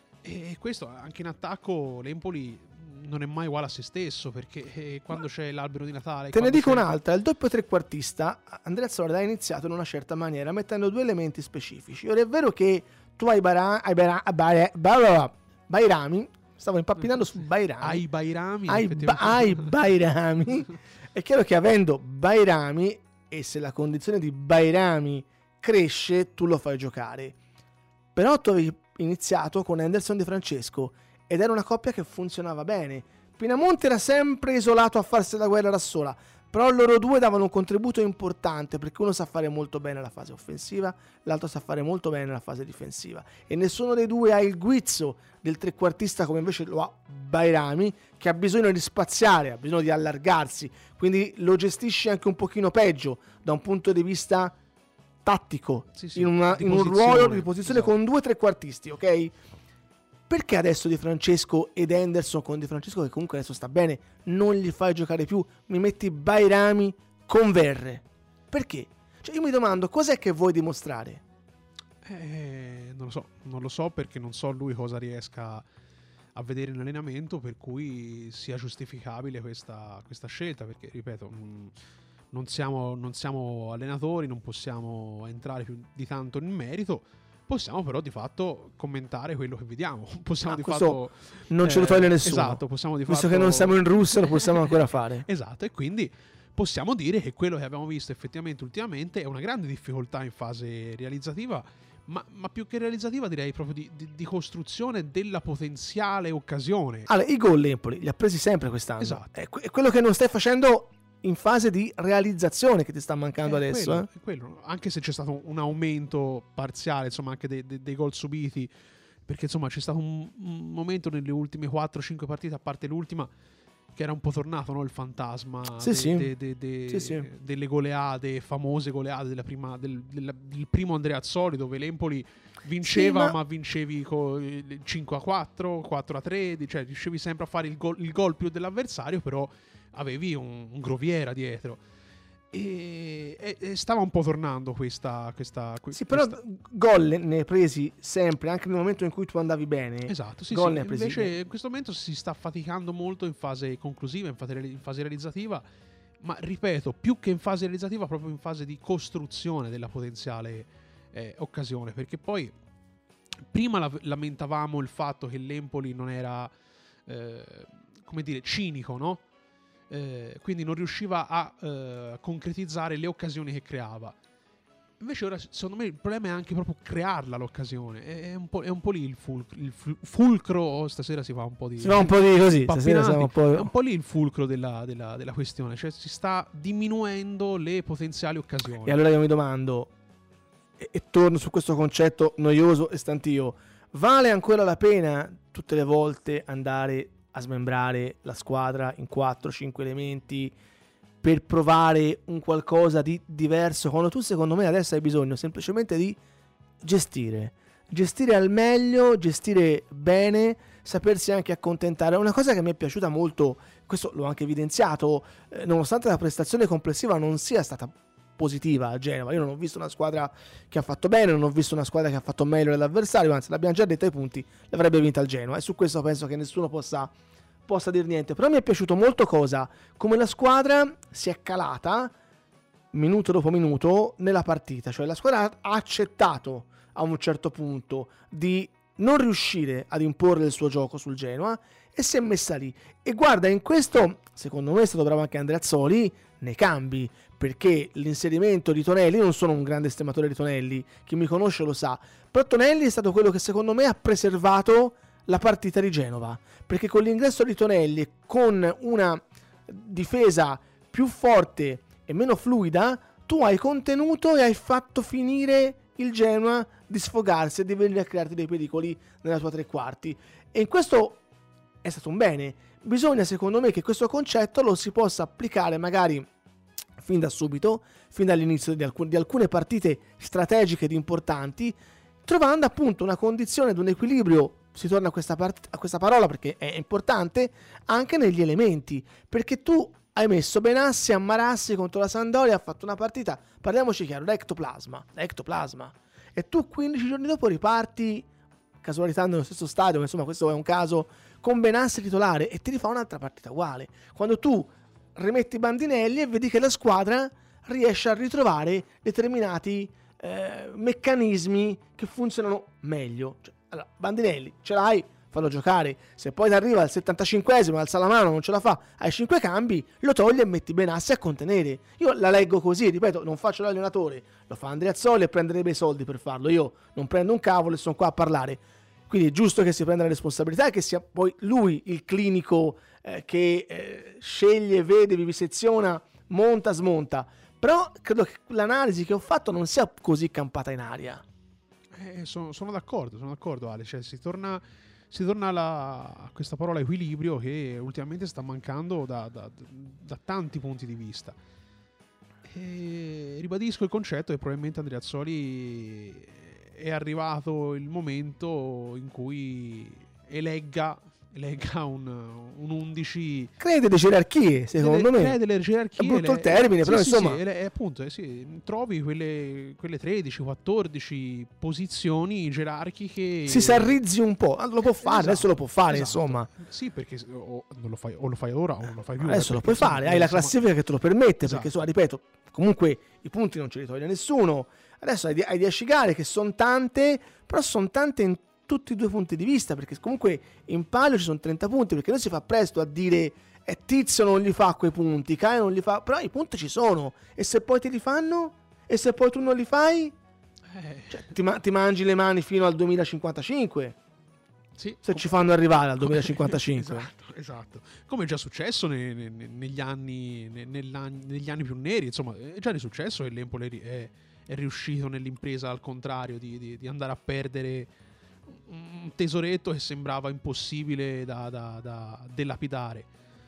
e questo anche in attacco l'Empoli non è mai uguale a se stesso, perché eh, quando c'è l'albero di Natale... Te ne dico un'altra, il doppio trequartista Andrea Azzoli ha iniziato in una certa maniera mettendo due elementi specifici. Ora è vero che tu hai, Bara, hai Bara, Bara, Bara, Bairami, stavo impappinando su Bairami, hai Bairami, hai, ba, hai Bairami. È chiaro che avendo Bairami, e se la condizione di Bairami cresce, tu lo fai giocare. Però tu avevi iniziato con Henderson De Francesco ed era una coppia che funzionava bene. Pinamonti era sempre isolato a farsi la guerra da sola, però loro due davano un contributo importante, perché uno sa fare molto bene la fase offensiva, l'altro sa fare molto bene la fase difensiva, e nessuno dei due ha il guizzo del trequartista come invece lo ha Bairami, che ha bisogno di spaziare, ha bisogno di allargarsi, quindi lo gestisce anche un pochino peggio da un punto di vista tattico, sì, sì, in, una, in un ruolo di posizione, esatto, con due trequartisti, ok? Perché adesso Di Francesco ed Henderson, con Di Francesco che comunque adesso sta bene, non li fai giocare più, mi metti Bairami con Verre? Perché? Cioè io mi domando, cos'è che vuoi dimostrare? Eh, non lo so, non lo so, perché non so lui cosa riesca a vedere in allenamento per cui sia giustificabile questa, questa scelta, perché ripeto, mh, non siamo, non siamo allenatori, non possiamo entrare più di tanto nel merito. Possiamo però di fatto commentare quello che vediamo. Possiamo Ah, di questo fatto non ce lo toglie nessuno. Esatto, possiamo di Visto fatto che non siamo in Russia, lo possiamo ancora fare. Esatto, e quindi possiamo dire che quello che abbiamo visto effettivamente ultimamente è una grande difficoltà in fase realizzativa, ma, ma più che realizzativa direi proprio di, di, di costruzione della potenziale occasione. Allora, i gol l'Empoli li ha presi sempre quest'anno. Esatto. È, que- è quello che non stai facendo in fase di realizzazione che ti sta mancando È adesso. quello, eh? è quello. Anche se c'è stato un aumento parziale, insomma, anche dei, dei, dei gol subiti, perché insomma c'è stato un, un momento nelle ultime quattro cinque partite, a parte l'ultima, che era un po' tornato, no? Il fantasma Sì, de, sì. de, de, de, Sì, sì. delle goleade, famose goleade della prima, del, della, del primo Andreazzoli, dove l'Empoli vinceva, Sì, ma... ma vincevi con cinque a quattro, quattro a tre, cioè riuscivi sempre a fare il gol, il gol più dell'avversario, però avevi un, un groviera dietro. E, e, e stava un po' tornando questa, questa, Sì, però questa... gol ne hai presi sempre, anche nel momento in cui tu andavi bene. Esatto, sì, gol sì. ne hai presi. Invece in questo momento si sta faticando molto in fase conclusiva, in fase, in fase realizzativa, ma ripeto, più che in fase realizzativa, proprio in fase di costruzione della potenziale eh, occasione, perché poi prima la, lamentavamo il fatto che l'Empoli non era eh, come dire, cinico, no? Eh, quindi non riusciva a eh, concretizzare le occasioni che creava. Invece ora secondo me il problema è anche proprio crearla l'occasione. È un po', è un po' lì il fulcro, il fulcro oh, stasera si fa un po' di... Si fa un po' di così, stasera siamo un po'... È un po' lì il fulcro della, della, della questione, cioè si sta diminuendo le potenziali occasioni. E allora io mi domando, e, e torno su questo concetto noioso e stantio, vale ancora la pena tutte le volte andare a smembrare la squadra in quattro cinque elementi per provare un qualcosa di diverso, quando tu secondo me adesso hai bisogno semplicemente di gestire gestire al meglio, gestire bene, sapersi anche accontentare. Una cosa che mi è piaciuta molto, questo l'ho anche evidenziato, eh, nonostante la prestazione complessiva non sia stata positiva a Genova, io non ho visto una squadra che ha fatto bene, non ho visto una squadra che ha fatto meglio dell'avversario, anzi l'abbiamo già detto ai punti, l'avrebbe vinta il Genoa, e su questo penso che nessuno possa possa dire niente. Però mi è piaciuto molto cosa, come la squadra si è calata minuto dopo minuto nella partita, cioè la squadra ha accettato a un certo punto di non riuscire ad imporre il suo gioco sul Genoa e si è messa lì. E guarda, in questo secondo me è stato bravo anche Andreazzoli nei cambi, perché l'inserimento di Tonelli, non sono un grande estimatore di Tonelli, chi mi conosce lo sa, però Tonelli è stato quello che secondo me ha preservato la partita di Genova, perché con l'ingresso di Tonelli e con una difesa più forte e meno fluida, tu hai contenuto e hai fatto finire il Genoa di sfogarsi e di venire a crearti dei pericoli nella tua tre quarti, e in questo è stato un bene. Bisogna secondo me che questo concetto lo si possa applicare magari fin da subito, fin dall'inizio di, alcun, di alcune partite strategiche ed importanti, trovando appunto una condizione ed un equilibrio, si torna a questa, part- a questa parola perché è importante, anche negli elementi, perché tu hai messo Benassi a Marassi contro la Sampdoria, ha fatto una partita, parliamoci chiaro, da ectoplasma, da ectoplasma, e tu quindici giorni dopo riparti, casualità nello stesso stadio, ma insomma questo è un caso, con Benassi titolare, e ti rifà un'altra partita uguale, quando tu rimetti i bandinelli e vedi che la squadra riesce a ritrovare determinati eh, meccanismi che funzionano meglio. Cioè, allora, bandinelli ce l'hai, fallo giocare. Se poi ti arriva al settantacinquesimo, alza la mano, non ce la fa, hai cinque cambi, lo togli e metti Benassi a contenere. Io la leggo così, ripeto, non faccio l'allenatore, lo fa Andreazzoli e prenderebbe i soldi per farlo. Io non prendo un cavolo e sono qua a parlare. Quindi è giusto che si prenda la responsabilità e che sia poi lui il clinico eh, che eh, sceglie, vede, viviseziona, monta, smonta. Però credo che l'analisi che ho fatto non sia così campata in aria. Eh, sono, sono d'accordo, sono d'accordo Ale, cioè si torna, si torna alla, a questa parola equilibrio che ultimamente sta mancando da, da, da tanti punti di vista. E ribadisco il concetto che probabilmente Andreazzoli è arrivato il momento in cui elegga legga un, un undici, crede delle gerarchie, secondo crede, me crede delle gerarchie, è brutto le, il termine, sì, però sì, insomma sì, è, appunto eh, sì, trovi quelle, quelle tredici quattordici posizioni gerarchiche, si sarrizzi un po', lo può fare, esatto, adesso lo può fare, esatto. insomma Sì, perché o, non lo fai, o lo fai ora o non lo fai più, adesso eh, lo perché, puoi insomma, fare, hai la siamo- classifica che te lo permette, Esatto. perché insomma, ripeto, comunque i punti non ce li toglie nessuno, adesso hai, die- hai dieci gare che sono tante, però sono tante in tutti i due punti di vista, perché comunque in palio ci sono trenta punti, perché non si fa presto a dire eh, Tizio non gli fa quei punti, Caio non li fa, però i punti ci sono, e se poi te li fanno? E se poi tu non li fai? Eh, Cioè, ti, ma- ti mangi le mani fino al duemilacinquantacinque, sì, se ci fanno arrivare al duemilacinquantacinque. esatto, esatto. Come è già successo ne- ne- ne- negli, anni, ne- nell'an- negli anni più neri, insomma, è già risuccesso che l'Empoli è, è, è riuscito nell'impresa al contrario di, di- di andare a perdere un tesoretto che sembrava impossibile da, da, da delapidare.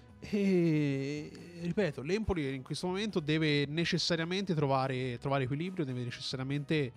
E ripeto, l'Empoli in questo momento deve necessariamente trovare, trovare equilibrio, deve necessariamente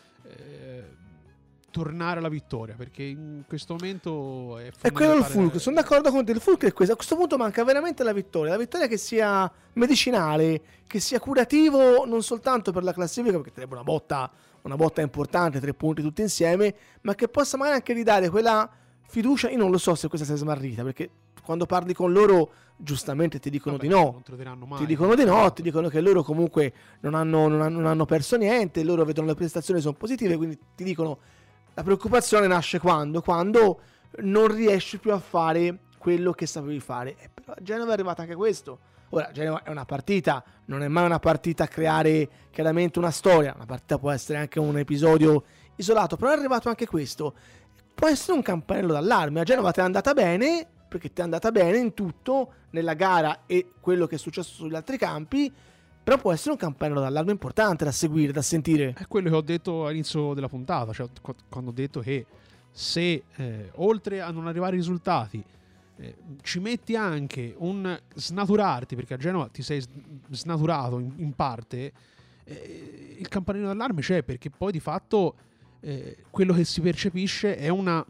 eh, tornare alla vittoria, perché in questo momento è E quello è il fondamentale- fulcro, sono d'accordo con te, il fulcro è questo, a questo punto manca veramente la vittoria, la vittoria che sia medicinale, che sia curativo non soltanto per la classifica, perché sarebbe una botta, una botta importante, tre punti tutti insieme, ma che possa magari anche ridare quella fiducia. Io non lo so se questa si è smarrita, perché quando parli con loro giustamente ti dicono Vabbè, di no, non te lo diranno mai. ti dicono di no, ti dicono che loro comunque non hanno, non hanno, non hanno perso niente, loro vedono le prestazioni sono positive, quindi ti dicono la preoccupazione nasce quando? Quando non riesci più a fare quello che sapevi fare. E però a Genova è arrivato anche questo. Ora, Genova è una partita, non è mai una partita a creare chiaramente una storia, una partita può essere anche un episodio isolato, però è arrivato anche questo. Può essere un campanello d'allarme. A Genova ti è andata bene, perché ti è andata bene in tutto, nella gara e quello che è successo sugli altri campi, però può essere un campanello d'allarme importante da seguire, da sentire. È quello che ho detto all'inizio della puntata, cioè qu- quando ho detto che se eh, oltre a non arrivare ai risultati eh, ci metti anche un snaturarti, perché a Genova ti sei s- snaturato in, in parte, eh, il campanello d'allarme c'è, perché poi di fatto eh, quello che si percepisce è una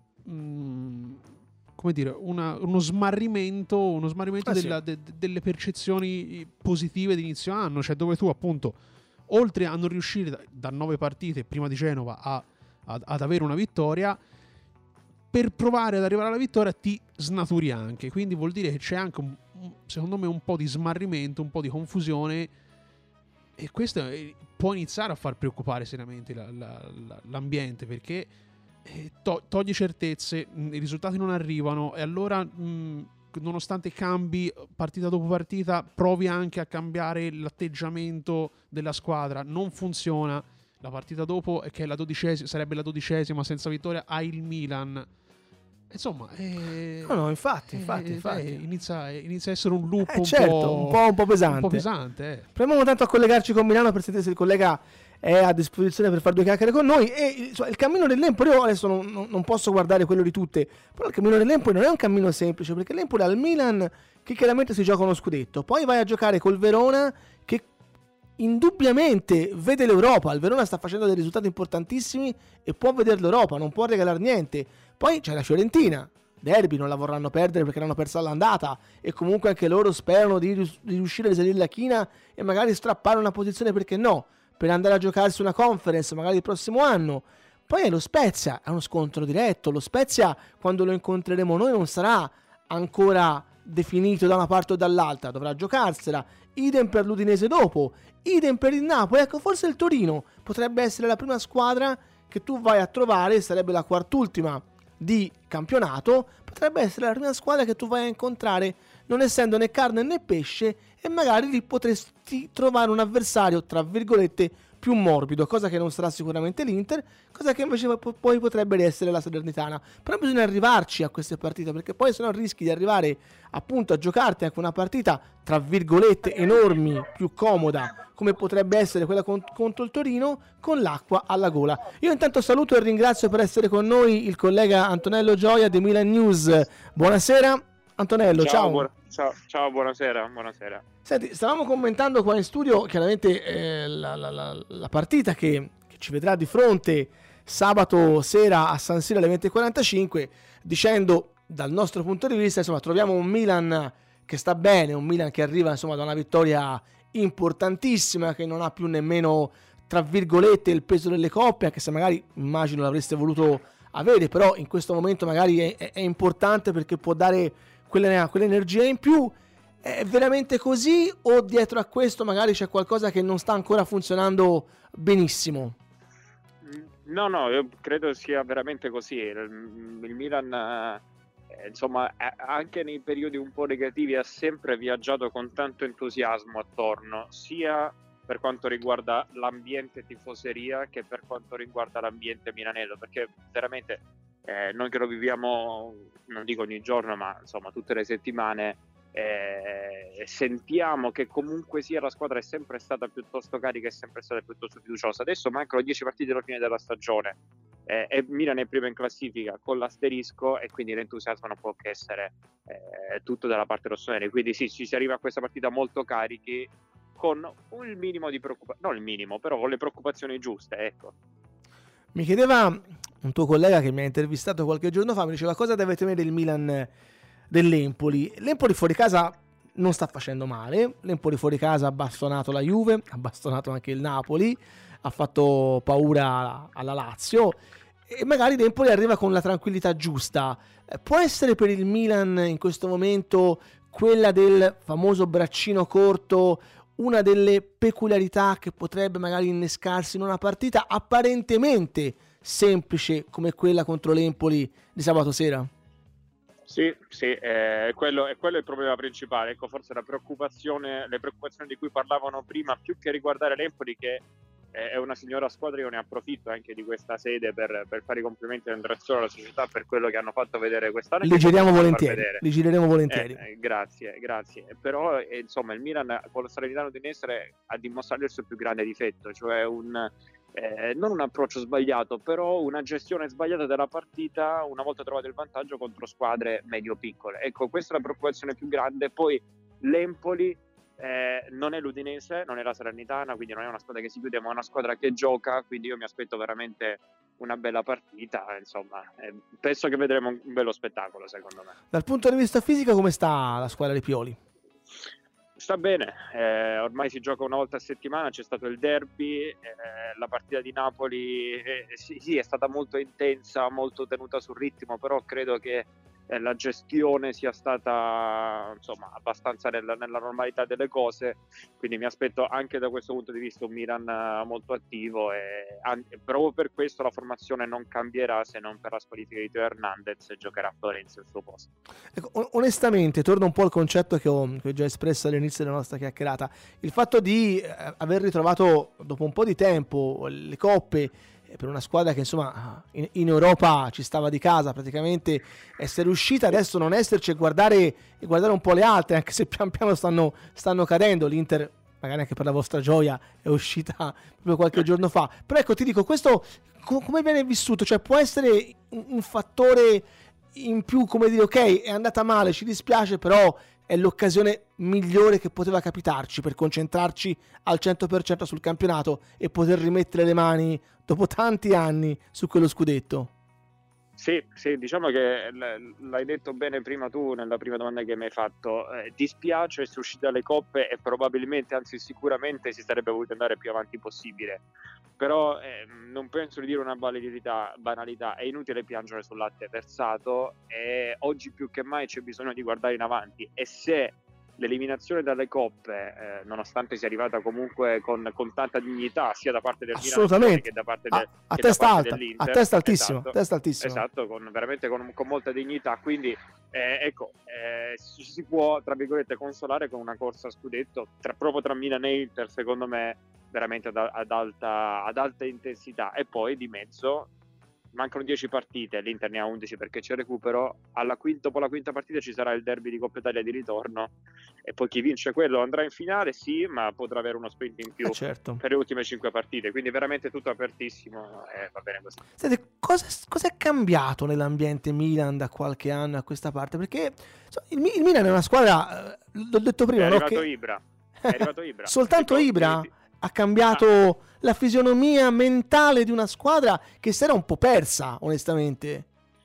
mh, come dire, una- uno smarrimento, uno smarrimento Ah, sì. della- de- de- delle percezioni positive di inizio anno, cioè dove tu appunto, oltre a non riuscire da, da nove partite prima di Genova a- ad, ad avere una vittoria, per provare ad arrivare alla vittoria ti snaturi anche, quindi vuol dire che c'è anche un- un- secondo me un po' di smarrimento, un po' di confusione, e questo eh, può iniziare a far preoccupare seriamente la- la- la- l'ambiente, perché eh, to- togli certezze, mh, i risultati non arrivano, e allora mh, nonostante cambi partita dopo partita, provi anche a cambiare l'atteggiamento della squadra, non funziona. La partita dopo, che è la dodicesima, sarebbe la dodicesima senza vittoria, ha il Milan. Insomma, eh, No, no, infatti, eh, infatti, eh, infatti. inizia, inizia a essere un loop Eh, un, certo, po', un po', un po' pesante. un po' pesante, eh. Proviamo tanto a collegarci con Milano per sentire se il collega è a disposizione per fare due chiacchiere con noi. E insomma, il cammino dell'Empoli, io adesso non, non- non posso guardare quello di tutte, però il cammino dell'Empoli non è un cammino semplice, perché l'Empoli ha il Milan che chiaramente si gioca uno scudetto, poi vai a giocare col Verona che indubbiamente vede l'Europa. Il Verona sta facendo dei risultati importantissimi e può vedere l'Europa, non può regalare niente. Poi c'è la Fiorentina, derby, non la vorranno perdere perché l'hanno persa all'andata, e comunque anche loro sperano di, rius- di riuscire a risalire la china e magari strappare una posizione, perché no, per andare a giocarsi una conference magari il prossimo anno. Poi è lo Spezia, è uno scontro diretto. Lo Spezia, quando lo incontreremo noi, non sarà ancora definito da una parte o dall'altra, dovrà giocarsela. Idem per l'Udinese dopo, idem per il Napoli. Ecco, forse il Torino potrebbe essere la prima squadra che tu vai a trovare, sarebbe la quartultima di campionato, potrebbe essere la prima squadra che tu vai a incontrare, non essendo né carne né pesce, e magari lì potresti trovare un avversario tra virgolette più morbido, cosa che non sarà sicuramente l'Inter, cosa che invece po- poi potrebbe essere la Salernitana. Però bisogna arrivarci a queste partite, perché poi se no rischi di arrivare appunto a giocarti anche una partita tra virgolette enormi, più comoda, come potrebbe essere quella con- contro il Torino, con l'acqua alla gola. Io intanto saluto e ringrazio per essere con noi il collega Antonello Gioia di Milan News. Buonasera Antonello, ciao. Ciao, buona- ciao, ciao, buonasera, buonasera. Senti, stavamo commentando qua in studio chiaramente eh, la, la- la- la partita che, che ci vedrà di fronte sabato sera a San Siro alle venti e quarantacinque, dicendo dal nostro punto di vista, insomma, troviamo un Milan che sta bene, un Milan che arriva, insomma, da una vittoria importantissima, che non ha più nemmeno, tra virgolette, il peso delle coppe, anche se magari immagino l'avreste voluto avere, però in questo momento magari è, è, è importante perché può dare quelle, quell'energia in più. È veramente così o dietro a questo magari c'è qualcosa che non sta ancora funzionando benissimo? No, no, io credo sia veramente così. Il, il Milan, eh, insomma, eh, anche nei periodi un po' negativi ha sempre viaggiato con tanto entusiasmo attorno, sia per quanto riguarda l'ambiente tifoseria che per quanto riguarda l'ambiente milanello, perché veramente eh, noi che lo viviamo, non dico ogni giorno, ma insomma tutte le settimane, Eh, sentiamo che comunque sia la squadra è sempre stata piuttosto carica, è sempre stata piuttosto fiduciosa. Adesso mancano dieci partite alla fine della stagione eh, e Milan è prima in classifica con l'asterisco, e quindi l'entusiasmo non può che essere eh, tutto dalla parte rossonera. Quindi sì, ci si arriva a questa partita molto carichi, con un minimo di preoccupazione, non il minimo, però con le preoccupazioni giuste, ecco. Mi chiedeva un tuo collega che mi ha intervistato qualche giorno fa, mi diceva: cosa deve temere il Milan dell'Empoli? L'Empoli fuori casa non sta facendo male, l'Empoli fuori casa ha bastonato la Juve, ha bastonato anche il Napoli, ha fatto paura alla Lazio, e magari l'Empoli arriva con la tranquillità giusta. Può essere per il Milan in questo momento quella del famoso braccino corto una delle peculiarità che potrebbe magari innescarsi in una partita apparentemente semplice come quella contro l'Empoli di sabato sera? Sì, sì, eh, quello, è quello il problema principale. Ecco, forse la preoccupazione, le preoccupazioni di cui parlavano prima, più che riguardare l'Empoli, che eh, è una signora squadra, io ne approfitto anche di questa sede per, per fare i complimenti all'Andreazzurro, alla società, per quello che hanno fatto vedere quest'anno. Li giriamo volentieri, li gireremo volentieri. Eh, eh, grazie, grazie. Però eh, insomma il Milan con la Salernitana Udinese ha dimostrato il suo più grande difetto, cioè un... Eh, non un approccio sbagliato, però una gestione sbagliata della partita una volta trovato il vantaggio contro squadre medio-piccole. Ecco, questa è la preoccupazione più grande. Poi l'Empoli eh, non è l'Udinese, non è la Salernitana, quindi non è una squadra che si chiude, ma è una squadra che gioca, quindi io mi aspetto veramente una bella partita, insomma, eh, penso che vedremo un bello spettacolo, secondo me. Dal punto di vista fisico, come sta la squadra di Pioli? Sta bene, eh, ormai si gioca una volta a settimana, c'è stato il derby, eh, la partita di Napoli eh, sì, sì, è stata molto intensa, molto tenuta sul ritmo, però credo che eh, la gestione sia stata insomma abbastanza nella, nella normalità delle cose, quindi mi aspetto anche da questo punto di vista un Milan molto attivo, e anche, proprio per questo la formazione non cambierà, se non per la squalifica di Teo Hernandez, e giocherà Florenzi al suo posto. Ecco, onestamente torno un po' al concetto che ho, che ho già espresso all'inizio della nostra chiacchierata, il fatto di eh, aver ritrovato dopo un po' di tempo le coppe per una squadra che insomma in, in Europa ci stava di casa, praticamente essere uscita, adesso non esserci, e guardare, e guardare un po' le altre, anche se pian piano stanno, stanno cadendo. L'Inter, magari anche per la vostra gioia, è uscita proprio qualche giorno fa, però ecco, ti dico, questo co- come viene vissuto? Cioè può essere un, un fattore in più, come dire, ok, è andata male, ci dispiace, però è l'occasione migliore che poteva capitarci per concentrarci al cento per cento sul campionato e poter rimettere le mani dopo tanti anni su quello scudetto. Sì, sì, diciamo che l'hai detto bene prima tu nella prima domanda che mi hai fatto. Eh, dispiace essere usciti dalle coppe, e probabilmente, anzi sicuramente, si sarebbe voluto andare più avanti possibile. Però eh, non penso di dire una banalità, banalità, è inutile piangere sul latte versato, e oggi più che mai c'è bisogno di guardare in avanti, e se l'eliminazione dalle coppe, eh, nonostante sia arrivata comunque con, con tanta dignità sia da parte del Milan che da parte, del, a, a che testa da parte alta, dell'Inter, a testa altissima, esatto, testa altissima. esatto, con, veramente con, con molta dignità, quindi eh, ecco, eh, ci si può tra virgolette consolare con una corsa a scudetto tra, proprio tra Milan e Inter, secondo me veramente ad, ad, alta, ad alta intensità. E poi di mezzo mancano dieci partite, l'Inter ne ha undici perché c'è recupero. Alla quinta, dopo la quinta partita ci sarà il derby di Coppa Italia di ritorno, e poi chi vince quello andrà in finale, sì, ma potrà avere uno sprint in più eh certo. per le ultime cinque partite, quindi veramente tutto apertissimo, e va bene così. Senti, cosa, cosa è cambiato nell'ambiente Milan da qualche anno a questa parte? Perché so, il, il Milan è una squadra, l'ho detto prima, è no, arrivato che... Ibra, è arrivato Ibra. soltanto Dico, Ibra sì, sì. ha cambiato ah. la fisionomia mentale di una squadra che si era un po' persa, onestamente.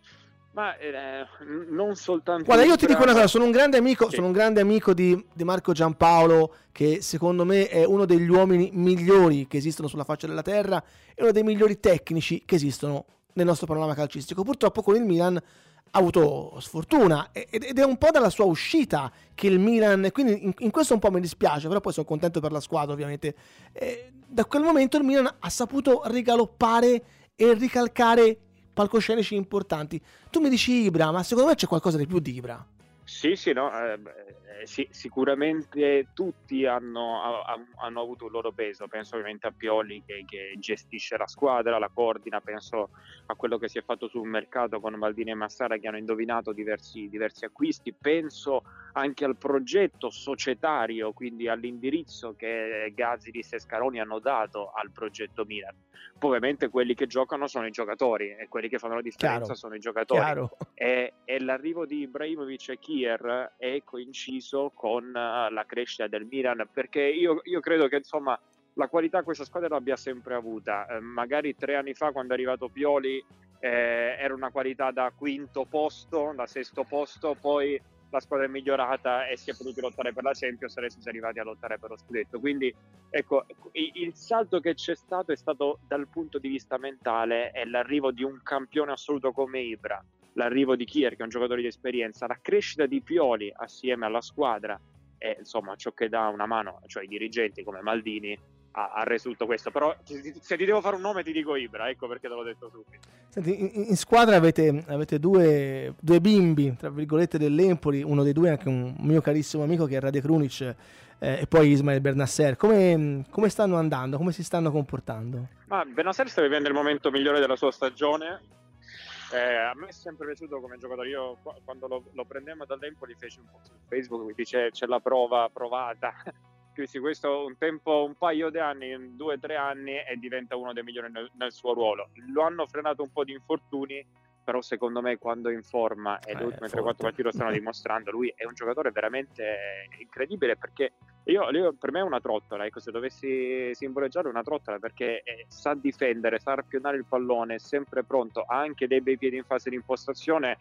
Ma eh, non soltanto. Guarda, io ti dico una cosa, sono un grande amico, sì. sono un grande amico di, di Marco Giampaolo, che secondo me è uno degli uomini migliori che esistono sulla faccia della terra e uno dei migliori tecnici che esistono nel nostro panorama calcistico. Purtroppo con il Milan ha avuto sfortuna ed è un po' dalla sua uscita che il Milan, quindi in, in questo un po' mi dispiace, però poi sono contento per la squadra ovviamente. Eh, da quel momento il Milan ha saputo rigaloppare e ricalcare palcoscenici importanti. Tu mi dici Ibra, ma secondo me c'è qualcosa di più di Ibra. Sì, sì, no, eh, eh, sì, sicuramente tutti hanno, ha, hanno avuto il loro peso. Penso ovviamente a Pioli che, che gestisce la squadra, la coordina, penso a quello che si è fatto sul mercato con Maldini e Massara che hanno indovinato diversi, diversi acquisti, penso anche al progetto societario, quindi all'indirizzo che Gazidis e Scaroni hanno dato al progetto Milan. Poi ovviamente quelli che giocano sono i giocatori e quelli che fanno la differenza Chiaro. sono i giocatori e, e l'arrivo di Ibrahimovic e Kier è coinciso con uh, la crescita del Milan, perché io, io credo che insomma la qualità questa squadra l'abbia sempre avuta. Eh, magari tre anni fa quando è arrivato Pioli eh, era una qualità da quinto posto, da sesto posto, poi la squadra è migliorata e si è potuto lottare per la Champions, adesso si è arrivati a lottare per lo scudetto. Quindi ecco, il salto che c'è stato è stato dal punto di vista mentale, è l'arrivo di un campione assoluto come Ibra, l'arrivo di Kier che è un giocatore di esperienza, la crescita di Pioli assieme alla squadra e insomma ciò che dà una mano, cioè i dirigenti come Maldini, ha, ha reso tutto questo. Però se ti devo fare un nome ti dico Ibra, ecco perché te l'ho detto subito. Senti, in, in squadra avete, avete due, due bimbi tra virgolette dell'Empoli, uno dei due è anche un mio carissimo amico che è Rade Krunic eh, e poi Ismail Benasser. Come, come stanno andando? Come si stanno comportando? Ma Benasser sta vivendo il momento migliore della sua stagione. Eh, a me è sempre piaciuto come giocatore. Io quando lo, lo prendemmo dall'Empoli feci un po' su Facebook, mi dice c'è la prova provata. Quindi questo un tempo, un paio di anni, due o tre anni e diventa uno dei migliori nel, nel suo ruolo. Lo hanno frenato un po' di infortuni, però secondo me quando è in forma e le eh, ultime tre quattro partite lo stanno dimostrando, lui è un giocatore veramente incredibile, perché io, io per me è una trottola, ecco, se dovessi simboleggiare una trottola, perché eh, sa difendere, sa arpionare il pallone, è sempre pronto, ha anche dei bei piedi in fase di impostazione,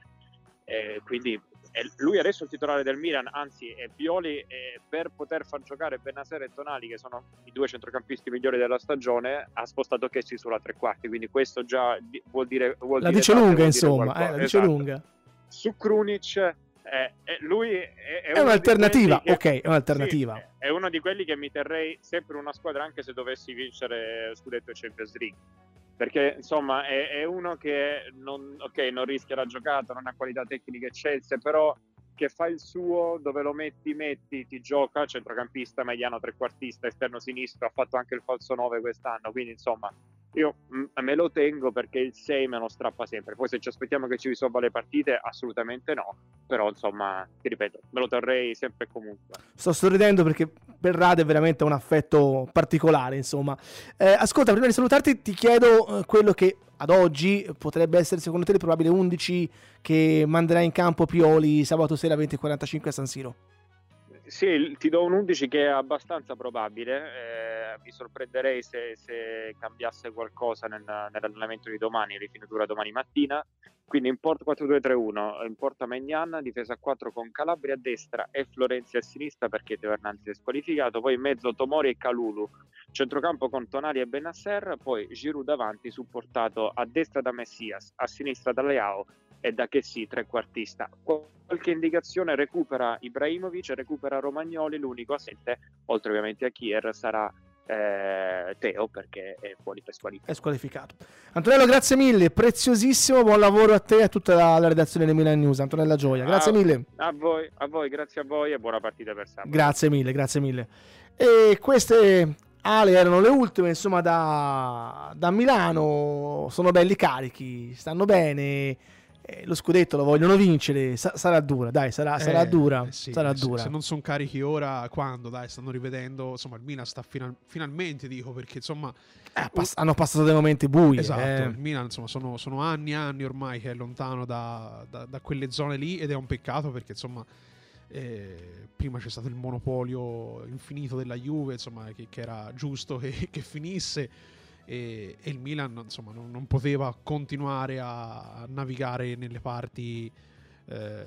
eh, quindi eh, lui adesso è il titolare del Milan, anzi è Pioli, eh, per poter far giocare Benasser e Tonali, che sono i due centrocampisti migliori della stagione, ha spostato Kessi sulla tre quarti, quindi questo già vuol dire vuol la dire dice tanto, lunga vuol insomma, dire eh, la dice esatto. lunga. Su Krunic eh, eh, lui è, è, è un'alternativa, che, ok, è un'alternativa. Sì, è uno di quelli che mi terrei sempre in una squadra anche se dovessi vincere scudetto e Champions League, perché insomma è, è uno che non, okay, non rischia la giocata, non ha qualità tecniche eccelse, però che fa il suo, dove lo metti, metti, ti gioca, centrocampista, mediano, trequartista, esterno sinistro, ha fatto anche il falso nove quest'anno, quindi insomma io m- me lo tengo perché il sei me lo strappa sempre. Poi se ci aspettiamo che ci risolva le partite, assolutamente no, però insomma, ti ripeto, me lo terrei sempre e comunque. Sto sorridendo perché per Rade è veramente un affetto particolare, insomma. Eh, ascolta, prima di salutarti ti chiedo eh, quello che ad oggi potrebbe essere secondo te il probabile undici che manderà in campo Pioli sabato sera venti e quarantacinque a San Siro. Sì, ti do un undici che è abbastanza probabile, eh, mi sorprenderei se, se cambiasse qualcosa nel, nell'allenamento di domani, rifinitura domani mattina. Quindi in porta quattro due tre uno, in porta Maignan, difesa a quattro con Calabria a destra e Florenzi a sinistra perché Teo Hernandez è squalificato, poi in mezzo Tomori e Kalulu, centrocampo con Tonali e Benasser, poi Giroud davanti supportato a destra da Messias, a sinistra da Leao e da Kessi trequartista. Qualche indicazione recupera Ibrahimovic, recupera Romagnoli, l'unico assente, oltre ovviamente a Kier, sarà eh, Teo perché è fuori per squalificato. È squalificato. Antonello, grazie mille, preziosissimo, buon lavoro a te e a tutta la, la redazione di Milan News. Antonella Gioia, grazie a, mille. A voi, a voi, grazie a voi e buona partita per sabato. Grazie mille, grazie mille. E queste, Ale, erano le ultime, insomma, da, da Milano, sono belli carichi, stanno bene. Eh, lo scudetto lo vogliono vincere, Sa- sarà dura, dai, sarà, eh, sarà dura, eh sì, sarà se, dura. Se non sono carichi ora, quando? Dai, stanno rivedendo, insomma, il Milan sta final- finalmente, dico, perché insomma... Eh, pass- hanno passato dei momenti bui. Esatto, eh. il Milan, insomma, sono, sono anni e anni ormai che è lontano da, da, da quelle zone lì ed è un peccato perché, insomma, eh, prima c'è stato il monopolio infinito della Juve, insomma, che, che era giusto che, che finisse. e, e il Milan insomma non, non poteva continuare a navigare nelle parti eh,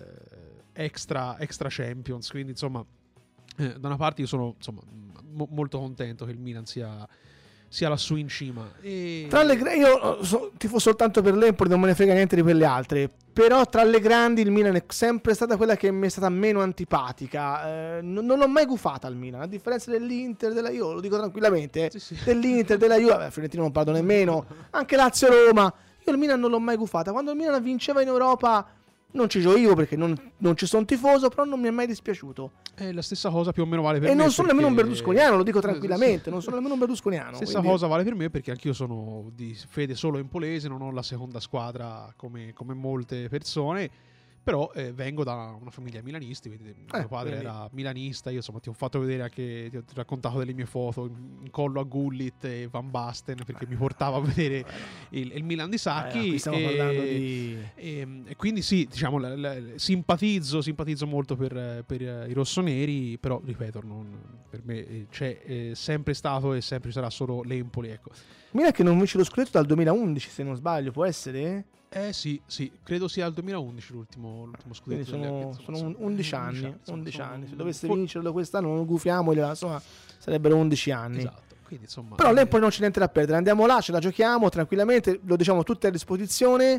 extra, extra Champions, quindi insomma eh, da una parte io sono insomma mo- molto contento che il Milan sia sia lassù in cima. E... Tra le gra- io so, tifo soltanto per l'Empoli, non me ne frega niente di quelle altre. Però tra le grandi il Milan è sempre stata quella che mi è stata meno antipatica. Eh, non, non l'ho mai gufata al Milan, a differenza dell'Inter, della io lo dico tranquillamente, eh, sì, sì. dell'Inter, della Juve, vabbè, Fiorentino non parlo nemmeno, anche Lazio-Roma. Io il Milan non l'ho mai gufata. Quando il Milan vinceva in Europa non ci gioco perché non, non ci sono tifoso, però non mi è mai dispiaciuto. È la stessa cosa più o meno vale per e me. E non sono perché... nemmeno un berlusconiano, lo dico tranquillamente, non sono nemmeno un berlusconiano. Stessa quindi... cosa vale per me perché anch'io sono di fede solo empolese, non ho la seconda squadra come, come molte persone. Però eh, vengo da una famiglia milanisti, vedete, eh, mio padre quindi... era milanista, io insomma ti ho fatto vedere anche, ti ho raccontato delle mie foto in collo a Gullit e Van Basten perché eh, mi portava a vedere eh, il, il Milan di Sacchi. Eh, stiamo e, parlando di... e, e quindi sì, diciamo, la, la, simpatizzo, simpatizzo molto per, per i rossoneri, però ripeto, non, per me c'è eh, sempre stato e sempre sarà solo l'Empoli. Ecco. Milan che non vince lo scudetto dal duemilaundici, se non sbaglio, può essere? Eh sì, sì, credo sia il duemilaundici l'ultimo, l'ultimo scudetto. Sono, sono, sono undici anni, undici sono, anni. Se dovesse for... vincerlo quest'anno non gufiamo, insomma, sarebbero undici anni. Esatto. Quindi, insomma, però eh... l'Empoli non c'è niente da perdere, andiamo là, ce la giochiamo tranquillamente, lo diciamo tutte a disposizione,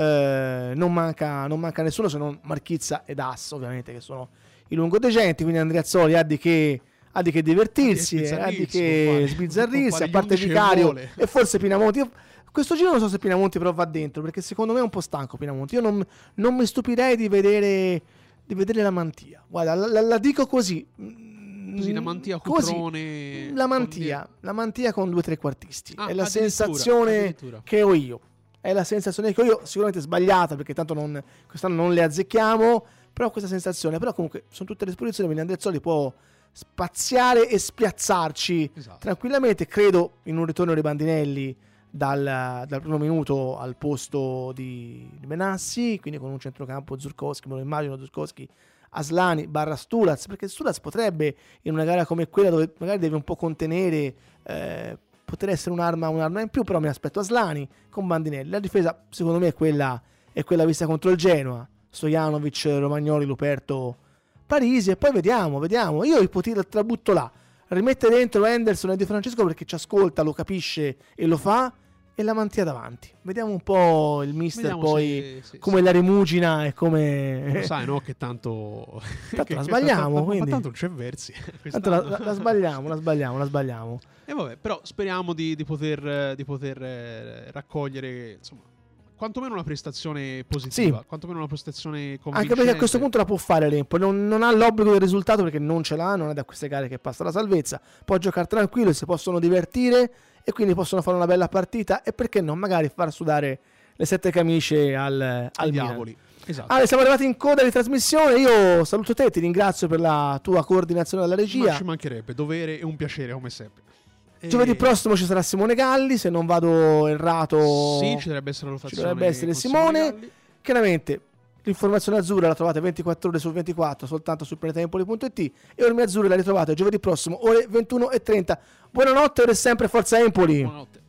eh, non, manca, non manca nessuno se non Marchizza ed Ass, ovviamente, che sono i lungodegenti, quindi Andreazzoli ha di che... ha di che divertirsi, ha di che sbizzarrirsi, a parte Vicario e forse Pinamonti. Io, questo giro non so se Pinamonti però va dentro, perché secondo me è un po' stanco Pinamonti. Io non, non mi stupirei di vedere di vedere la Mantia. Guarda, la, la, la dico così. Così la Mantia Cutrone. La Mantia, con... la Mantia con due trequartisti. Ah, è la sensazione che ho io. È la sensazione che ho io, sicuramente sbagliata, perché tanto non, quest'anno non le azzecchiamo, però questa sensazione, però comunque sono tutte a disposizione, quindi Andreazzoli può spaziare e spiazzarci, esatto, tranquillamente. Credo in un ritorno di Bandinelli dal, dal primo minuto al posto di, di Benassi, quindi con un centrocampo Zurkowski, me lo immagino Zurkowski, Aslani barra Stulaz, perché Stulaz potrebbe in una gara come quella dove magari deve un po' contenere, eh, poter essere un'arma, un'arma in più, però mi aspetto Aslani con Bandinelli. La difesa secondo me è quella, è quella vista contro il Genoa, Stojanovic, Romagnoli, Luperto, Parisi, e poi vediamo, vediamo. Io ipotizzo, te la butto là, rimette dentro Henderson e Di Francesco perché ci ascolta, lo capisce e lo fa, e la Mantia davanti. Vediamo un po' il mister, vediamo poi se, se, come se. la rimugina e come... Lo sai, no? Che tanto... tanto che, la sbagliamo, che, quindi... ma tanto non c'è versi. Tanto la, la, la sbagliamo, la sbagliamo, la sbagliamo. E vabbè, però speriamo di, di poter, di poter eh, raccogliere, insomma, quantomeno una prestazione positiva, sì, quantomeno una prestazione convincente. Anche perché a questo punto la può fare l'Empoli, non, non ha l'obbligo del risultato perché non ce l'ha, non è da queste gare che passa la salvezza, può giocare tranquillo, si possono divertire e quindi possono fare una bella partita e perché no, magari far sudare le sette camicie al, al diavoli. Esatto. Allora, siamo arrivati in coda di trasmissione, io saluto te, ti ringrazio per la tua coordinazione della regia. Ma ci mancherebbe, dovere e un piacere come sempre. E... Giovedì prossimo ci sarà Simone Galli, se non vado errato. Sì, ci dovrebbe essere la rotazione. Ci dovrebbe essere Simone. Simone Chiaramente l'informazione azzurra la trovate ventiquattro ore su ventiquattro soltanto su planetaempoli punto it e Orme Azzurre la ritrovate giovedì prossimo ore ventuno e trenta. Buonanotte, ora è sempre Forza Empoli. Buonanotte.